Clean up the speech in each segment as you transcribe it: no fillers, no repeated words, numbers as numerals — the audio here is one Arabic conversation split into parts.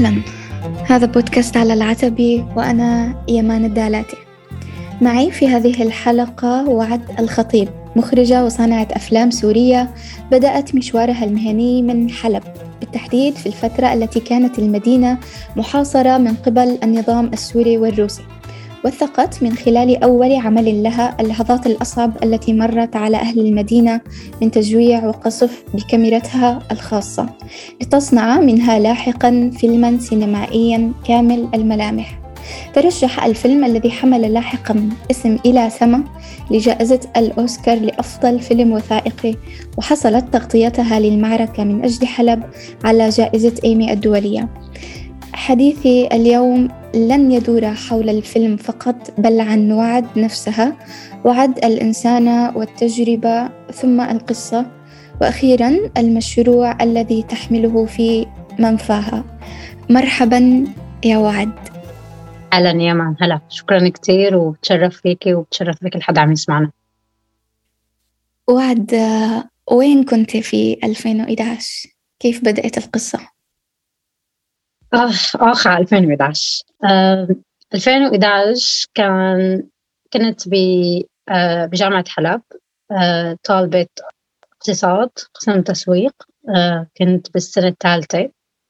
أهلا، هذا بودكاست على العتبة وأنا يمان الدالاتي. معي في هذه الحلقة وعد الخطيب، مخرجة وصانعة أفلام سورية بدأت مشوارها المهني من حلب، بالتحديد في الفترة التي كانت المدينة محاصرة من قبل النظام السوري والروسي. وثقت من خلال أول عمل لها اللحظات الأصعب التي مرت على أهل المدينة من تجويع وقصف بكاميرتها الخاصة، لتصنع منها لاحقاً فيلماً سينمائياً كامل الملامح. ترشح الفيلم الذي حمل لاحقاً اسم إلى سما لجائزة الأوسكار لأفضل فيلم وثائقي، وحصلت تغطيتها للمعركة من أجل حلب على جائزة إيمي الدولية. حديثي اليوم لن يدور حول الفيلم فقط، بل عن وعد نفسها، وعد الإنسانة والتجربة، ثم القصة، وأخيراً المشروع الذي تحمله في منفاها. مرحباً يا وعد. أهلا يا مان، هلا، شكرا كتير وبتشرف فيكي وبتشرف بك الحد عم يسمعنا. وعد، وين كنت في 2011؟ كيف بدأت القصة؟ على 2011. 2011 كنت بجامعة حلب، طالبة اقتصاد قسم تسويق. كنت بالسنة الثالثة،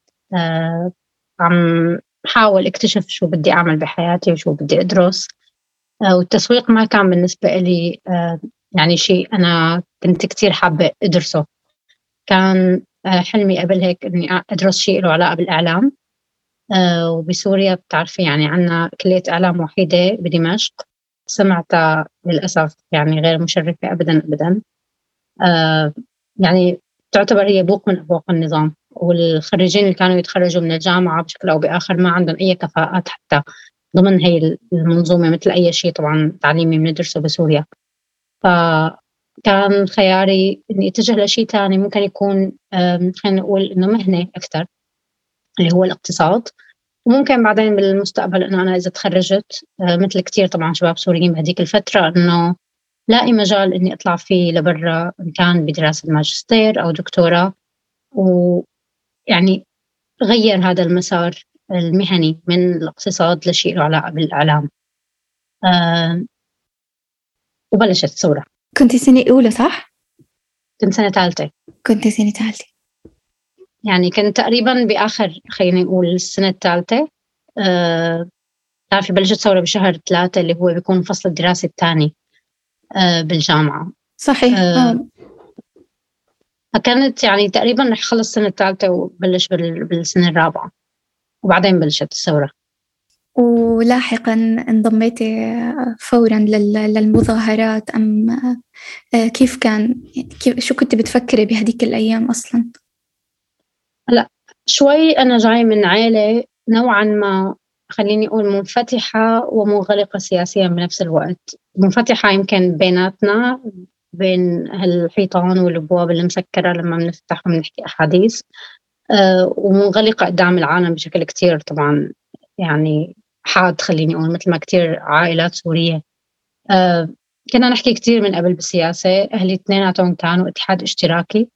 عم حاول اكتشف شو بدي أعمل بحياتي وشو بدي أدرس. والتسويق ما كان بالنسبة لي يعني شيء أنا كنت كتير حابة أدرسه. كان حلمي قبل هيك إني أدرس شيء له علاقة بالإعلام. وبسوريا بتعرفي يعني عنا كلية إعلام وحيدة بدمشق، سمعتها للأسف يعني غير مشرفة أبدا أبدا. يعني تعتبر هي بوق من أبواق النظام، والخريجين اللي كانوا يتخرجوا من الجامعة بشكل أو بآخر ما عندهم أي كفاءات حتى ضمن هي المنظومة، مثل أي شيء طبعا تعليمي بندرسه بسوريا. فكان خياري إني أتجه لشيء تاني ممكن يكون خلينا نقول إنه مهنة أكثر، اللي هو الاقتصاد. وممكن بعدين بالمستقبل إنه أنا إذا تخرجت مثل كتير طبعا شباب سوريين بهديك الفترة، إنه لاقي مجال إني أطلع فيه لبرا، إن كان بدراسة ماجستير أو دكتوراه، ويعني غير هذا المسار المهني من الاقتصاد لشيء له علاقة بالإعلام. وبلشت الثورة. كنت سنة أولى صح؟ كنت سنة ثالثة. كنت سنة ثالثة، يعني كنت تقريبا بآخر خلينا نقول السنة الثالثة. تعرفي بلشت ثورة بشهر 3 اللي هو بيكون فصل الدراسة الثاني بالجامعة. صحيح. فكانت يعني تقريبا رح خلص السنة الثالثة وبلش بالسنة الرابعة، وبعدين بلشت الثورة. ولاحقاً انضميت فوراً للمظاهرات أم كيف كان؟ شو كنت بتفكري بهديك الأيام أصلاً؟ لا، شوي أنا جاي من عائلة نوعاً ما خليني أقول منفتحة ومنغلقة سياسيا بنفس الوقت. منفتحة يمكن بيناتنا، بين هالحيطان والأبواب اللي مسكرة لما بنفتح وبنحكي أحاديث، ومنغلقة قدام العالم بشكل كتير طبعاً يعني حاد، خليني أقول مثل ما كتير عائلات سورية. كنا نحكي كتير من قبل بالسياسة. أهلي اثنيناتهم كانوا اتحاد اشتراكي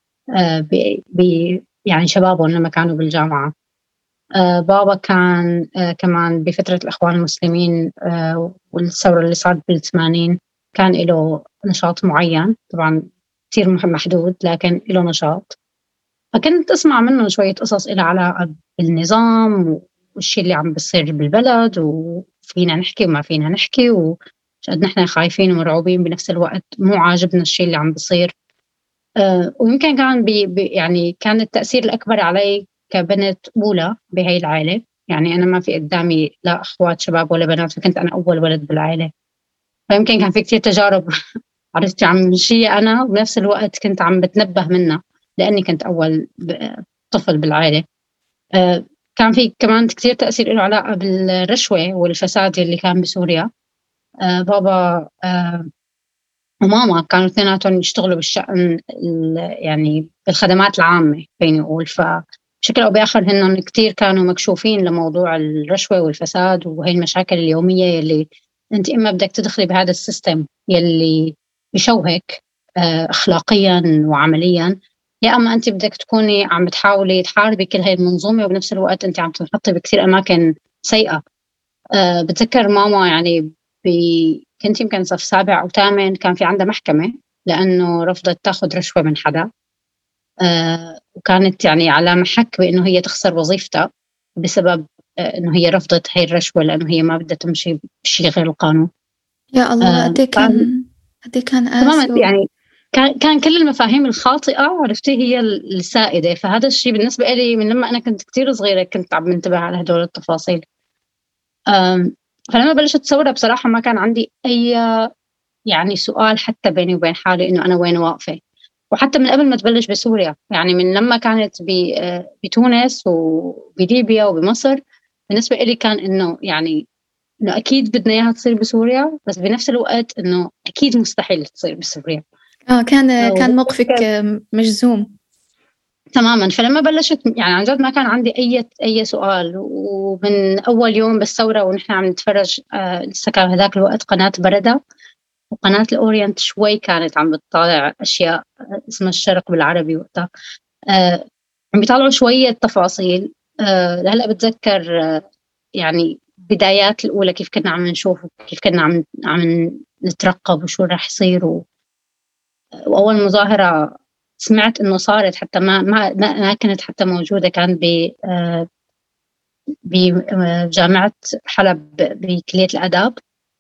يعني شبابهم لما كانوا بالجامعة. بابا كان كمان بفترة الإخوان المسلمين والثورة اللي صارت بال80 كان له نشاط معين، طبعا كتير محدود لكن له نشاط. فكنت أسمع منه شوية قصص إلها علاقة بالنظام والشيء اللي عم بيصير بالبلد، وفينا نحكي وما فينا نحكي، وقد نحن خايفين ومرعوبين بنفس الوقت، مو عاجبنا الشيء اللي عم بيصير. ويمكن كان يعني كان التأثير الأكبر علي كبنت أولى بهاي العائلة. يعني أنا ما في قدامي لا أخوات شباب ولا بنات، فكنت أنا أول ولد بالعائلة. فيمكن كان في كتير تجارب عرفتي عم شيء أنا، وبنفس الوقت كنت عم بتنبه منها لأني كنت أول طفل بالعائلة. كان في كمان كتير تأثير له علاقة بالرشوة والفساد اللي كان بسوريا. بابا وماما كانوا اثنيناتهم يشتغلوا بالشأن يعني بالخدمات العامة فيني أقول. فبشكل أو بآخر هن كتير كانوا مكشوفين لموضوع الرشوة والفساد وهي المشاكل اليومية اللي أنت إما بدك تدخلي بهذا السيستم يلي بشوهك أخلاقيا وعمليا، يا أما أنت بدك تكوني عم بتحاولي تحاربي كل هاي المنظومة وبنفس الوقت أنت عم تنحطي بكثير أماكن سيئة. بتذكر ماما يعني كنت يمكن صف 7 أو 8 كان في عندها محكمة لأنه رفضت تاخذ رشوة من حدا. وكانت يعني على محك بأنه هي تخسر وظيفتها بسبب إنه هي رفضت هاي الرشوة لأنه هي ما بدها تمشي بشيء غير القانون. يا الله، قد إيه كان تماما قاسي. يعني كان كل المفاهيم الخاطئة عرفتي هي السائدة. فهذا الشيء بالنسبة لي من لما أنا كنت كتير صغيرة كنت عم منتبه على هدول التفاصيل. فلما بلشت ثورة بصراحة ما كان عندي أي يعني سؤال حتى بيني وبين حالي إنه أنا وين واقفة. وحتى من قبل ما تبلش بسوريا، يعني من لما كانت بتونس وبليبيا وبمصر، بالنسبة لي كان إنه يعني إنه أكيد بدنا إياها تصير بسوريا، بس بنفس الوقت إنه أكيد مستحيل تصير بسوريا. كان موقفك مجزوم تماما. فلما بلشت يعني عن جد ما كان عندي أي سؤال. ومن أول يوم بالثورة ونحن عم نتفرج، لسه كان هذاك الوقت قناة بردة وقناة الأورينت شوي كانت عم بتطالع أشياء اسمها الشرق بالعربي وقتها. عم بيطالعوا شوية تفاصيل. هلأ بتذكر يعني بدايات الأولى كيف كنا عم نشوف وكيف كنا عم نترقب وشو رح يصير. وأول مظاهرة سمعت إنه صارت حتى ما كانت حتى موجودة، كان بجامعة حلب بكلية الآداب.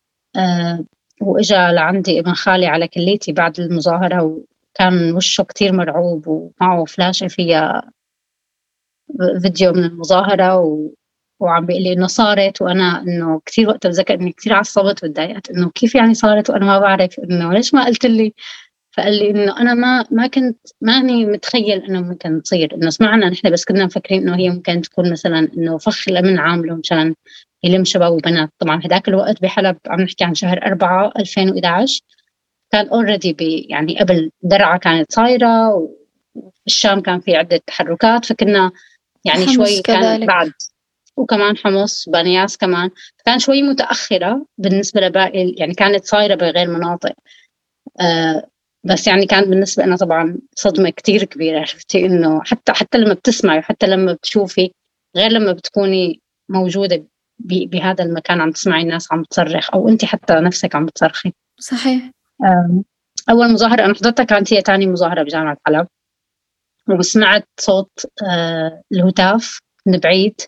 وإجا لعندي ابن خالي على كليتي بعد المظاهرة وكان وشه كتير مرعوب ومعه فلاشة فيها فيديو من المظاهرة وعم بيقول لي إنه صارت. وأنا إنه كتير وقت بتذكر إني كتير عصبت وتضايقت إنه كيف يعني صارت وأنا ما بعرف، إنه ليش ما قلت لي. فقال لي إنه أنا ما كنت ماني متخيل إنه ممكن تصير، إنه سمعنا نحن بس كنا مفكرين إنه هي ممكن تكون مثلا إنه فخ الأمن عامله مشان يلم شباب وبنات. طبعا هداك الوقت بحلب عم نحكي عن شهر 4 2011 كان اوريدي يعني قبل درعا كانت صايرة والشام كان في عدة تحركات، فكنا يعني شوي كان بعد. وكمان حمص بنياس كمان كان شوي متأخرة بالنسبة لباقي، يعني كانت صايرة بغير مناطق. بس يعني كان بالنسبة لنا طبعا صدمة كتير كبيرة. عرفتي إنه حتى لما بتسمعي وحتى لما بتشوفي غير لما بتكوني موجودة بهذا المكان عم تسمعي الناس عم تصرخ أو أنت حتى نفسك عم بتصرخي. صحيح. أول مظاهرة أنا حضرتها كانت هي تاني مظاهرة بجامعة حلب، وسمعت صوت الهتاف من بعيد.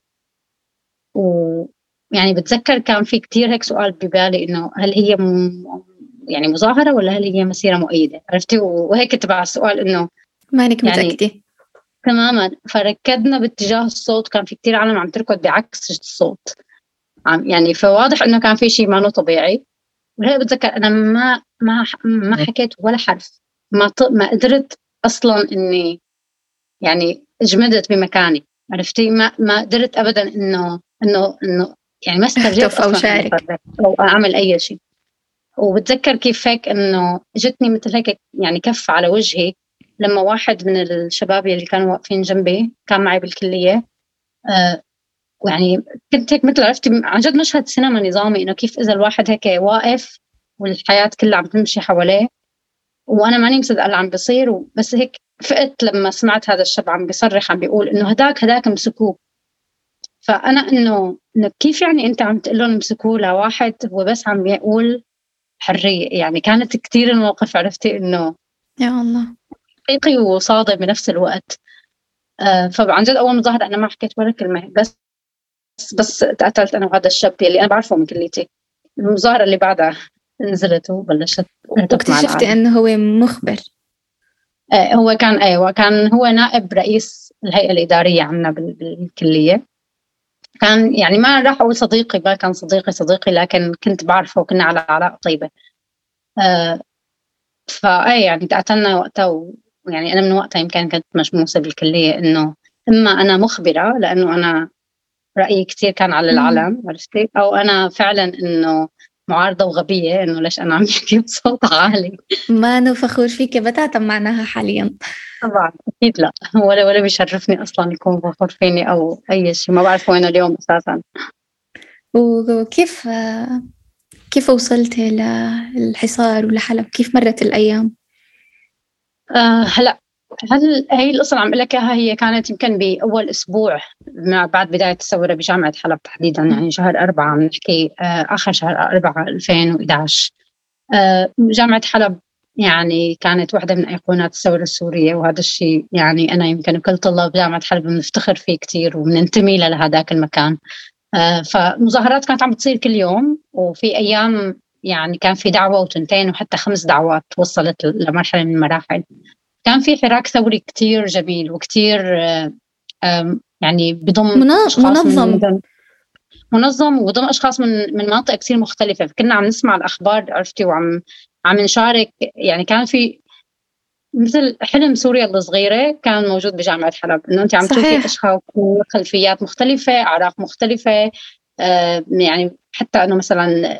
ويعني بتذكر كان في كتير هيك سؤال ببالي إنه هل هي يعني مظاهرة ولا هل هي مسيرة مؤيدة، عرفتي؟ وهيك تبع السؤال إنه مانك يعني متأكدة تماما. فركضنا باتجاه الصوت، كان في كتير عالم عم تركض بعكس الصوت يعني فواضح إنه كان في شيء ما طبيعي. وهي بتذكر أنا ما حكيت ولا حرف، ما قدرت أصلا إني يعني اجمدت بمكاني، عرفتي؟ ما قدرت أبدا إنه يعني ما استرجيت أو أصلا شارك أو أعمل أي شيء. وبتذكر كيف هيك إنه جتني مثل هيك يعني كف على وجهي لما واحد من الشباب اللي كانوا واقفين جنبي كان معي بالكلية. ويعني كنت هيك مثل عرفتي عن جد مشهد سينما نظامي، إنه كيف إذا الواحد هيك واقف والحياة كلها عم تمشي حواليه وأنا ماني مصدقة اللي عم بيصير. بس هيك فقت لما سمعت هذا الشاب عم بيصرخ عم بيقول إنه هداك مسكوه. فأنا إنه كيف يعني أنت عم تقول لهم مسكوه لواحد هو بس عم يقول حرية. يعني كانت كتير الموقف عرفتي إنه يا الله حقيقي وصادم بنفس الوقت. فعن جد أول مظاهرة أنا ما حكيت ولا كلمة، بس تقاتلت أنا وهذا الشاب اللي أنا بعرفه من كليتي. المظاهرة اللي بعدها نزلت وبلشت أهتف مع واكتشفت العالم. أنه هو مخبر. هو كان هو نائب رئيس الهيئة الإدارية عنا بالكلية. كان يعني ما راح أقول صديقي، ما كان صديقي لكن كنت بعرفه وكنا على علاقة طيبة. يعني تقاتلنا وقتها ويعني أنا من وقتها يمكن كنت مشموسة بالكلية إنه إما أنا مخبرة لأنه أنا رأيي كتير كان على العلم، عرفتي؟ أو أنا فعلا إنه معارضة وغبية إنه ليش أنا عم بحكي بصوت عالي. ما أنا فخور فيك بتاتا معناها حاليا. طبعا أكيد لا، ولا بيشرفني أصلا يكون فخور فيني أو أي شيء. ما بعرف وين اليوم أساسا. كيف وصلتي للحصار ولحلب؟ كيف مرت الأيام؟ هلأ هي القصة اللي عم أقول لك إياها هي كانت يمكن بأول أسبوع بعد بداية الثورة بجامعة حلب تحديدا، يعني شهر 4 عم نحكي، آخر شهر 4 2011. جامعة حلب يعني كانت واحدة من أيقونات الثورة السورية، وهذا الشيء يعني أنا يمكن كل طلاب جامعة حلب بنفتخر فيه كتير وبننتمي لهذاك المكان. فمظاهرات كانت عم بتصير كل يوم، وفي أيام يعني كان في دعوة وتنتين وحتى 5 دعوات وصلت لمرحلة من المراحل. كان في حراك ثوري كتير جميل وكتير يعني بضم أشخاص منظم وضم أشخاص من مناطق كتير مختلفة. كنا عم نسمع الأخبار عرفتي، عم نشارك. يعني كان في مثل حلم سوريا الصغيرة كان موجود بجامعة حلب، إنه أنت عم تشوفي أشخاص من خلفيات مختلفة، أعراق مختلفة، يعني حتى إنه مثلا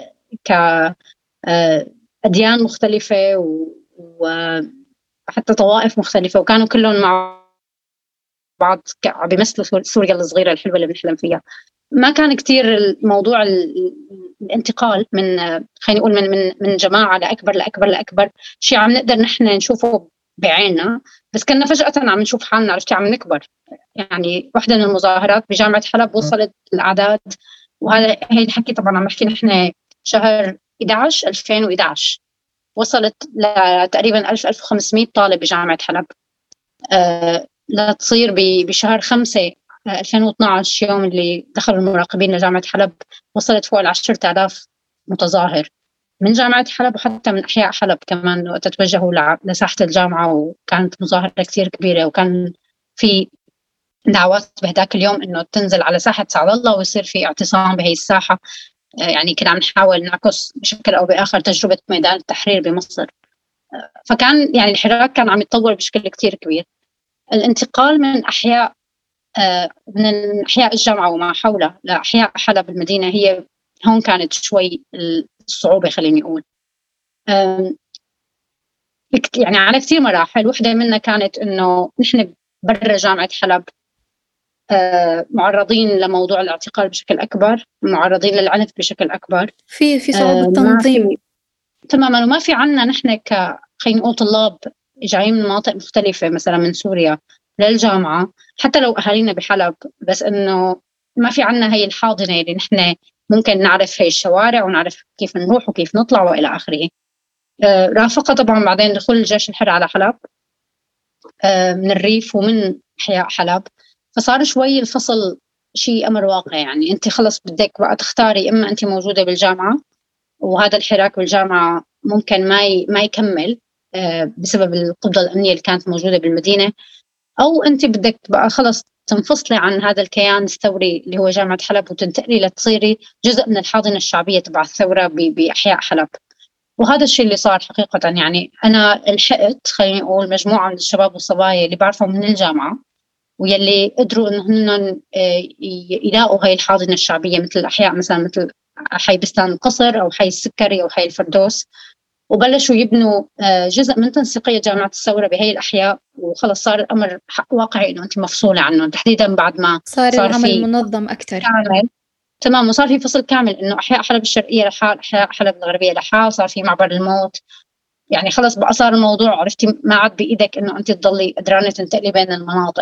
كأديان مختلفة وحتى طوائف مختلفة، وكانوا كلهم مع بعض بيمثلوا سوريا الصغيرة الحلوة اللي بنحلم فيها. ما كان كتير الموضوع الانتقال من خلينا نقول من جماعة لأكبر شيء عم نقدر نحن نشوفه بعيننا، بس كنا فجأة عم نشوف حالنا عرفتي عم نكبر. يعني واحدة من المظاهرات بجامعة حلب وصلت الأعداد، وهذا هي الحكي طبعا عم نحكي نحن شهر 11 2011 وصلت لتقريبا 1500 طالب بجامعة حلب. لتصير بشهر 5 2012 يوم اللي دخلوا المراقبين لجامعة حلب وصلت فوق 10,000 متظاهر من جامعة حلب وحتى من أحياء حلب كمان، وقت توجهوا لساحة الجامعة، وكانت مظاهرة كتير كبيرة، وكان في دعوات بهداك اليوم إنه تنزل على ساحة سعد الله ويصير في اعتصام بهي الساحة. يعني كنا عم نحاول نعكس بشكل أو بآخر تجربة ميدان التحرير بمصر. فكان يعني الحراك كان عم يتطور بشكل كتير كبير. الانتقال من أحياء من أحياء الجامعة وما حولها لأحياء حلب المدينة، هي هون كانت شوي الصعوبة خليني أقول. يعني على كثير مراحل، وحدة منها كانت إنه نحن برا جامعة حلب معرضين لموضوع الاعتقال بشكل أكبر، معرضين للعنف بشكل أكبر، في صعوبة تنظيم تماما. وما في عنا نحن خلينا نقول طلاب جايين من مناطق مختلفة مثلا من سوريا للجامعة، حتى لو أهالينا بحلب، بس إنه ما في عنا هي الحاضنة اللي نحن ممكن نعرف هي الشوارع ونعرف كيف نروح وكيف نطلع وإلى آخره. رافقة طبعا بعدين دخول الجيش الحر على حلب من الريف ومن أحياء حلب، فصار شوي الفصل شيء أمر واقع. يعني أنت خلص بدك بقى تختاري، إما أنت موجودة بالجامعة وهذا الحراك بالجامعة ممكن ما يكمل بسبب القبضة الأمنية اللي كانت موجودة بالمدينة، أو أنت بدك بقى خلص تنفصلي عن هذا الكيان الثوري اللي هو جامعة حلب وتنتقلي لتصيري جزء من الحاضنة الشعبية تبع الثورة بأحياء حلب. وهذا الشيء اللي صار حقيقة. يعني أنا لحقت خليني أقول مجموعة من الشباب والصبايا اللي بعرفهم من الجامعة ويلي قدروا إنهم يلاقوا هاي الحاضنة الشعبية مثل الأحياء مثلا مثل حي بستان القصر أو حي السكري أو حي الفردوس، وبلشوا يبنوا جزء من تنسيقية جامعة الثورة بهي الأحياء، وخلص صار الأمر واقعي إنه أنت مفصولة عنه، تحديدا بعد ما صار العمل منظم أكثر. تمام. وصار في فصل كامل إنه أحياء حلب الشرقية لحال، أحياء حلب الغربية لحال، صار في معبر الموت. يعني خلص بقى صار الموضوع عرفتي ما عاد بإيدك إنه أنت تضلي قدرانة تنتقلي بين المناطق.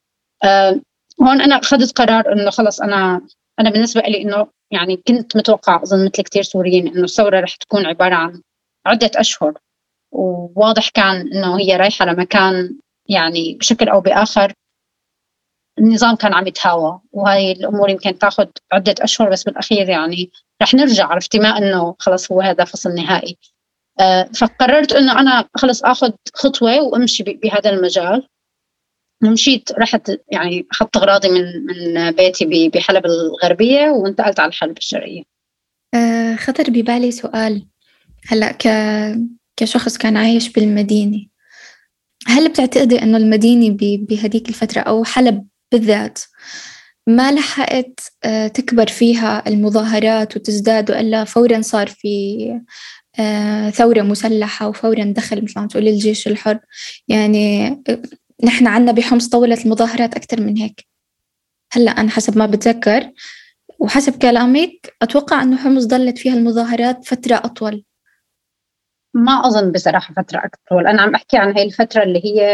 هون أنا أخذت قرار إنه خلص أنا بالنسبة لي إنه يعني كنت متوقع أظن مثل كتير سوريين إنه الثورة رح تكون عبارة عن عدة أشهر، وواضح كان إنه هي رايحة لمكان يعني بشكل أو بآخر النظام كان عم يتهاوى، وهاي الأمور يمكن تاخذ عدة أشهر، بس بالأخير يعني رح نرجع عرفتي ما إنه خلص هو هذا فصل نهائي. فقررت إنه أنا خلص أخذ خطوة وأمشي بهذا المجال، ومشيت رحت يعني أخذت أغراضي من بيتي بحلب الغربية وانتقلت على حلب الشرقية. خطر ببالي سؤال هلأ كشخص كان عايش بالمدينة، هل بتعتقدي أنه المدينة بهديك الفترة أو حلب بالذات ما لحقت تكبر فيها المظاهرات وتزداد، وإلا فوراً صار في ثورة مسلحة وفوراً دخل مثل ما تقولي الجيش الحر؟ يعني نحن عنا بحمص طولت المظاهرات أكثر من هيك. هلأ أنا حسب ما بتذكر وحسب كلامك أتوقع أنه حمص ضلت فيها المظاهرات فترة أطول. ما أظن بصراحة فترة أطول. أنا عم أحكي عن هاي الفترة اللي هي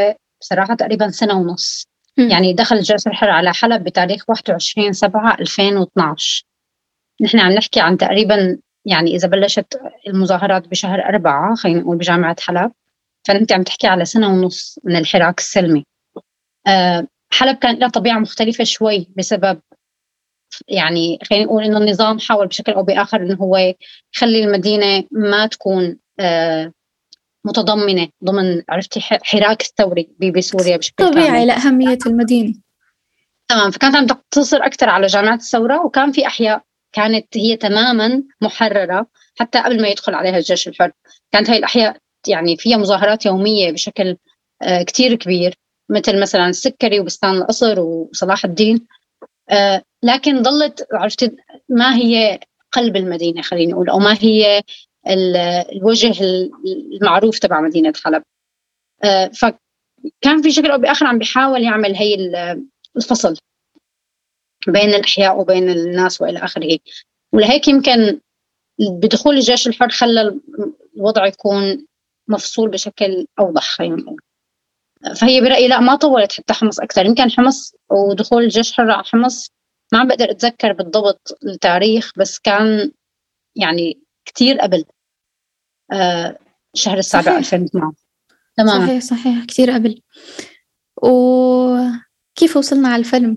بصراحة تقريبا سنة ونص. يعني دخل الجيش الحر على حلب بتاريخ 21/7/2012. نحن عم نحكي عن تقريبا، يعني إذا بلشت المظاهرات بشهر 4 خلينا نقول بجامعة حلب، فأنت عم تحكي على سنة ونص من الحراك السلمي. حلب كان لها طبيعة مختلفة شوي بسبب، يعني خلينا نقول إنه النظام حاول بشكل أو بآخر إنه هو يخلي المدينة ما تكون متضمنة ضمن، عرفتي، حراك الثوري بسوريا بشكل طبيعي كامل. لأهمية المدينة. تمام. فكانت عم تقتصر أكثر على جامعة الثورة، وكان في أحياء كانت هي تماما محررة حتى قبل ما يدخل عليها الجيش الحر. كانت هاي الأحياء يعني فيها مظاهرات يومية بشكل كتير كبير، مثل مثلا السكري وبستان القصر وصلاح الدين. لكن ظلت، عرفتي، ما هي قلب المدينة خليني أقول، أو ما هي الوجه المعروف تبع مدينة حلب. فكان في شكل أو بآخر عم بيحاول يعمل هي الفصل بين الأحياء وبين الناس وإلى آخره. ولهيك يمكن بدخول الجيش الحر خلى الوضع يكون مفصول بشكل أوضح خلينا نقول. فهي برأيي لا، ما طولت حتى حمص أكثر. يمكن حمص ودخول الجيش الحر على حمص ما عم بقدر أتذكر بالضبط التاريخ، بس كان يعني كتير قبل شهر السابع 2012. تمام. صحيح كتير قبل. وكيف وصلنا على الفيلم؟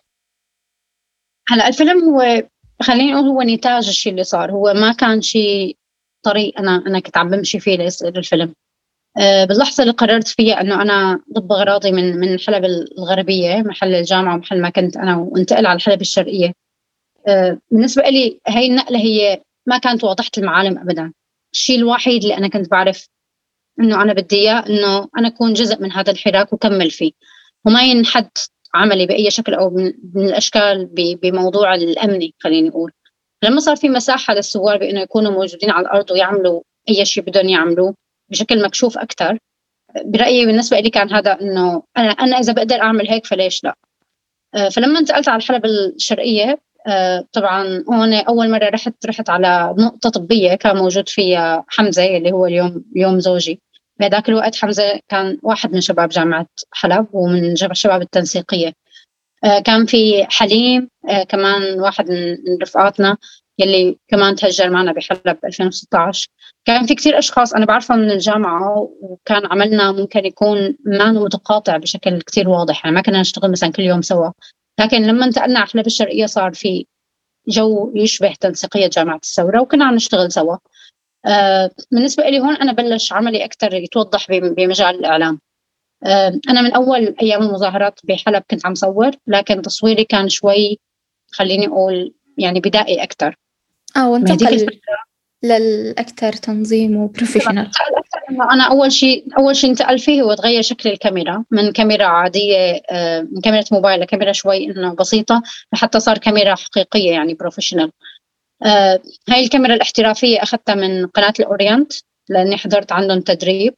هلا الفيلم هو، خليني أقول، هو نتاج الشيء اللي صار. هو ما كان شيء طريق أنا كنت عم بمشي فيه ليصير الفيلم. باللحظة اللي قررت فيها أنه أنا ضب أغراضي من حلب الغربية محل الجامعة ومحل ما كنت أنا، وانتقل على الحلب الشرقية. بالنسبة لي هاي النقلة هي ما كانت واضحة المعالم أبدا. الشيء الوحيد اللي أنا كنت بعرف أنه أنا بدي إياه أنه أنا أكون جزء من هذا الحراك وكمل فيه، وما ينحد عملي بأي شكل أو من الأشكال بموضوع الأمني خليني أقول. لما صار في مساحة للثوار بأنه يكونوا موجودين على الأرض ويعملوا أي شيء بدهم يعملوه بشكل مكشوف أكثر، برأيي بالنسبة لي كان هذا أنه أنا إذا بقدر أعمل هيك فليش لا. فلما انتقلت على الحلب الشرقية، طبعا هون أول مرة رحت على نقطة طبية كان موجود فيها حمزة اللي هو اليوم زوجي. بهذاك الوقت حمزة كان واحد من شباب جامعة حلب ومن شباب التنسيقية. كان في حليم كمان واحد من رفقاتنا يلي كمان تهجر معنا بحلب 2016. كان في كتير أشخاص أنا بعرفهم من الجامعة، وكان عملنا ممكن يكون ما متقاطع بشكل كتير واضح، يعني ما كنا نشتغل مثلا كل يوم سوا. لكن لما انتقلنا على حلب الشرقية صار في جو يشبه تنسيقية جامعة الثورة وكنا عم نشتغل سوا. بالنسبة لي هون أنا بلش عملي أكتر يتوضح بمجال الإعلام. أنا من أول أيام المظاهرات بحلب كنت عم صور، لكن تصويري كان شوي خليني أقول يعني بدائي أكتر. وانتقل للأكثر تنظيم وبروفيشنال. أنا أول شيء انتقل فيه هو تغير شكل الكاميرا من كاميرا عادية، من كاميرا موبايل لكاميرا شوي إنه بسيطة، لحتى صار كاميرا حقيقية يعني بروفيشنال. هاي الكاميرا الاحترافية أخذتها من قناة الأورينت لأني حضرت عندهم تدريب.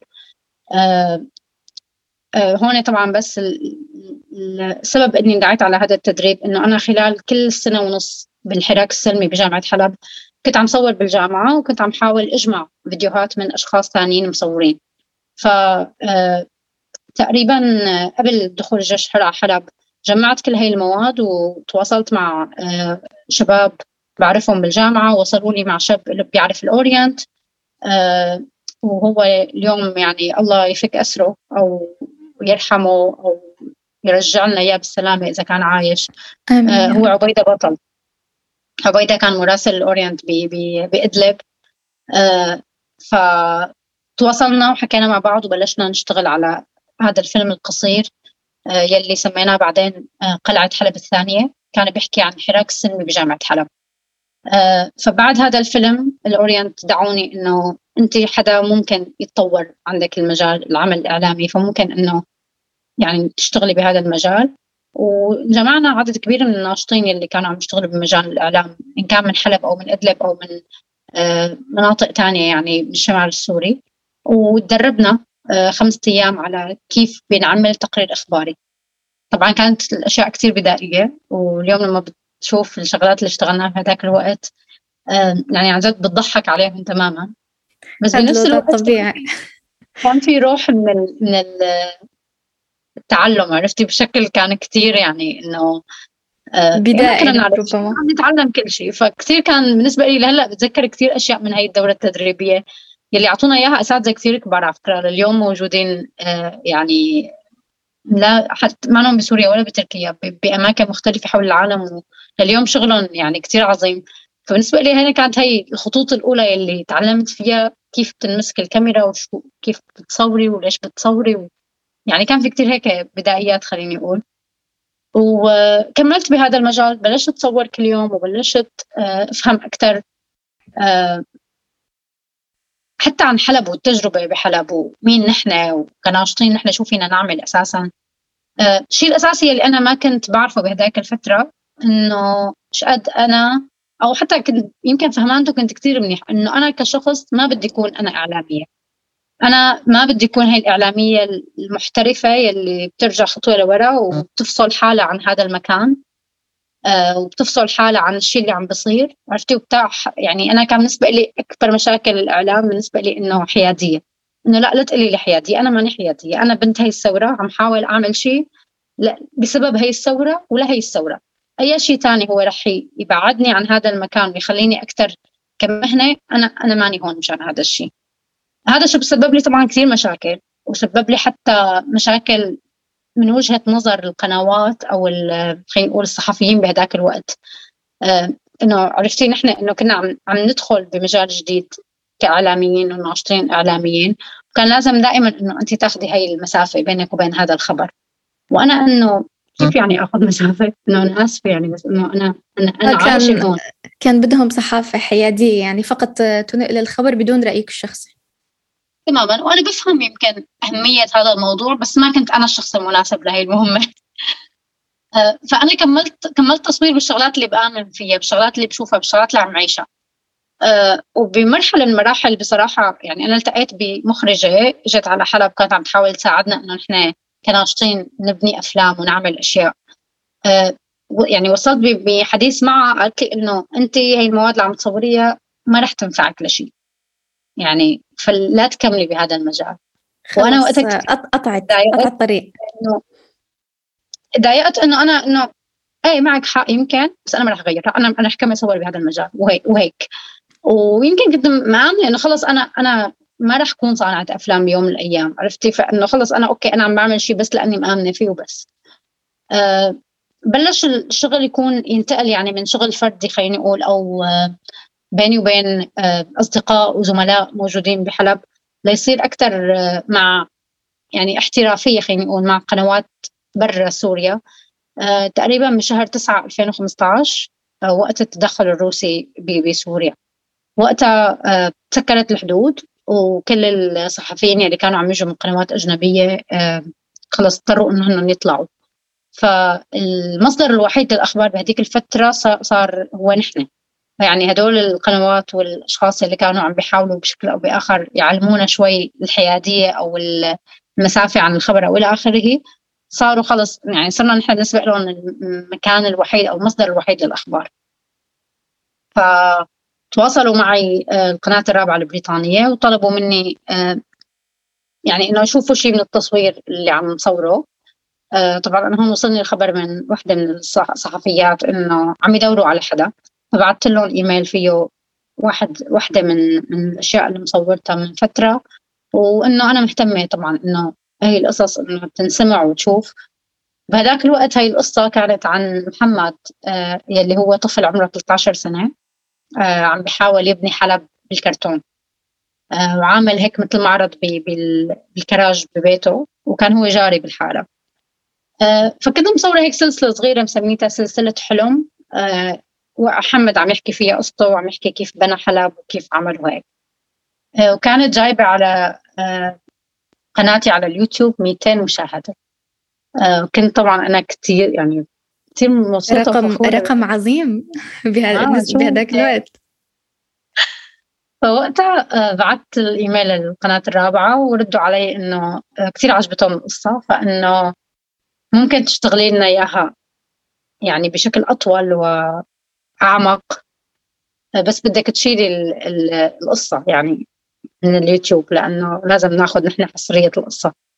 هون طبعا بس السبب اني قعدت على هذا التدريب انه انا خلال كل سنة ونص بالحراك السلمي بجامعة حلب كنت عم صور بالجامعة، وكنت عم حاول اجمع فيديوهات من اشخاص ثانيين مصورين. ف تقريبا قبل دخول الجيش الحر على حلب جمعت كل هاي المواد وتواصلت مع شباب بعرفهم بالجامعة، وصلوا لي مع شاب اللي بيعرف الأورينت، وهو اليوم يعني الله يفك أسره أو يرحمه أو يرجع لنا إياه بالسلامة إذا كان عايش. هو عبيدة بطل. عبيدة كان مراسل الأورينت بإدلب. فتواصلنا وحكينا مع بعض وبلشنا نشتغل على هذا الفيلم القصير يلي سميناه بعدين قلعة حلب الثانية. كان بيحكي عن حراك السلمي بجامعة حلب. فبعد هذا الفيلم الأورينت دعوني إنه أنت حدا ممكن يتطور عندك المجال العمل الإعلامي، فممكن إنه يعني تشتغلي بهذا المجال. وجمعنا عدد كبير من الناشطين اللي كانوا عم يشتغلوا بمجال الإعلام، إن كان من حلب أو من إدلب أو من مناطق تانية يعني بالشمال السوري. وتدربنا 5 أيام على كيف بنعمل تقرير إخباري. طبعا كانت الأشياء كتير بدائية، واليوم لما بتشوف الشغلات اللي اشتغلناها في هذاك الوقت يعني عن جد بتضحك عليهم تماما. بس بنفس الوقت طبيعي كان في روح التعلم، عرفتي، بشكل كان كتير يعني إنه بدائي كنا بنعرف ربما. عم نتعلم كل شيء. فكتير كان بالنسبة لي لهلا بتذكر كتير أشياء من هاي الدورة التدريبية يلي أعطونا إياها أساتذة كتير كبار على فكرة، لليوم موجودين يعني لا حتى ما بسوريا ولا بتركيا، بأماكن مختلفة حول العالم، واليوم شغلهم يعني كتير عظيم. فبالنسبة لي هنا كانت هاي الخطوط الأولى اللي تعلمت فيها كيف تنمسك الكاميرا وشو كيف بتصوري وليش بتصوري يعني كان في كتير هيك بدايات خليني أقول. وكملت بهذا المجال، بلشت أتصور كل يوم وبلشت أفهم أكثر حتى عن حلب والتجربة بحلب ومين نحن وكناشطين نحن شو فينا نعمل أساساً. الشيء الأساسي اللي أنا ما كنت بعرفه بهداك الفترة إنه شقد أنا أو حتى كنت يمكن فهمانته كنت كتير منيح إنه أنا كشخص ما بدي أكون أنا إعلامية. أنا ما بدي أكون هاي الإعلامية المحترفة يلي بترجع خطوة لورا وبتفصل حالها عن هذا المكان وبتفصل حالها عن الشيء اللي عم بصير، عرفتي، وبتاع. يعني أنا كان بالنسبة لي أكبر مشاكل الإعلام بالنسبة لي إنه حيادية، إنه لا تقولي لي حيادية، أنا ماني حيادية، أنا بنت هاي الثورة عم حاول أعمل شيء لا بسبب هاي الثورة ولا هاي الثورة. أي شيء تاني هو رح يبعدني عن هذا المكان ويخليني أكتر كمهنة، أنا ماني هون مشان هذا الشيء. هذا شو بسبب لي طبعا كثير مشاكل، وسبب لي حتى مشاكل من وجهة نظر القنوات أو خلينا نقول الصحفيين بهداك الوقت. إنه عرفتي نحن إنه كنا عم ندخل بمجال جديد كإعلاميين وناشطين إعلاميين، وكان لازم دائما إنه أنت تاخدي هاي المسافة بينك وبين هذا الخبر. وأنا إنه كيف يعني أخذ مسافة؟ إنه أنا آسفة يعني، بس إنه أنا عايشة هون. كان بدهم صحافة حيادية يعني فقط تنقل الخبر بدون رأيك الشخصي. تماما، وأنا بفهم يمكن أهمية هذا الموضوع، بس ما كنت أنا الشخص المناسب لهي المهمة. فأنا كملت تصوير بالشغلات اللي بآمن فيها، بالشغلات اللي بشوفها، بالشغلات اللي عم عيشها. وبمرحلة من المراحل بصراحة يعني أنا التقيت بمخرجة جت على حلب كانت عم تحاول تساعدنا إنه نحن كناشطين نبني أفلام ونعمل أشياء. يعني وصلت بحديث معها قالت لي إنه أنت هاي المواد اللي عم تصوريها ما رح تنفعك لشيء، يعني فلا تكملي بهذا المجال. وأنا وقتها قطعت الطريق، إنه ضايقت إنه ايه معك حق يمكن، بس انا ما رح اغير، انا رح كمل اصور بهذا المجال وهيك. ويمكن كنت مآمنه انه خلص انا ما رح اكون صانعة افلام بيوم من الايام، عرفتي، فانه خلص انا اوكي انا عم بعمل شيء بس لاني مآمنه فيه وبس. بلش الشغل ينتقل يعني من شغل فردي خليني اقول او بيني وبين اصدقاء وزملاء موجودين بحلب، ليصير اكثر مع يعني احترافيه خليني اقول مع قنوات برا سوريا. تقريبا من شهر 9 2015 وقت التدخل الروسي بسوريا. وقتها تسكرت الحدود وكل الصحفيين اللي كانوا عم يجوا من قنوات أجنبية خلص اضطروا إنهم يطلعوا. فالمصدر الوحيد للأخبار بهديك الفترة صار هو نحن، يعني هدول القنوات والأشخاص اللي كانوا عم بيحاولوا بشكل أو بآخر يعلمونا شوي الحيادية أو المسافة عن الخبر أو إلى آخره، صاروا خلص يعني صرنا نحن نسبق لهم المكان الوحيد أو المصدر الوحيد للأخبار. فتواصلوا معي القناة الرابعة البريطانية وطلبوا مني يعني إنه يشوفوا شيء من التصوير اللي عم نصوره. طبعا أنا هون وصلني الخبر من واحدة من الصحفيات إنه عم يدوروا على حدا، فبعثت لهم إيميل فيه واحدة من الأشياء اللي مصورتها من فترة، وإنه أنا مهتمة طبعا إنه هاي القصص إنه تنسمع وتشوف. بهذاك الوقت هاي القصة كانت عن محمد يلي هو طفل عمره 13 سنة عم بيحاول يبني حلب بالكرتون، وعامل هيك مثل معرض بالكراج ببيته، وكان هو جاري بالحارة. فكنت مصورة هيك سلسلة صغيرة مسميتها سلسلة حلم، وحمد عم يحكي فيها قصته وعم يحكي كيف بنى حلب وكيف عمل هيك. وكانت جايبة على قناتي على اليوتيوب 200 مشاهدة. كنت طبعا أنا كتير يعني كتير مبسوطة رقم عظيم بهذاك الوقت. فوقتها بعت الإيميل للقناة الرابعة وردوا علي إنه كتير عجبتهم القصة، فإنه ممكن تشتغلي لنا إياها يعني بشكل أطول وأعمق، بس بدك تشيلي القصة يعني من اليوتيوب لأنه لازم ناخد نحن حصرية القصة.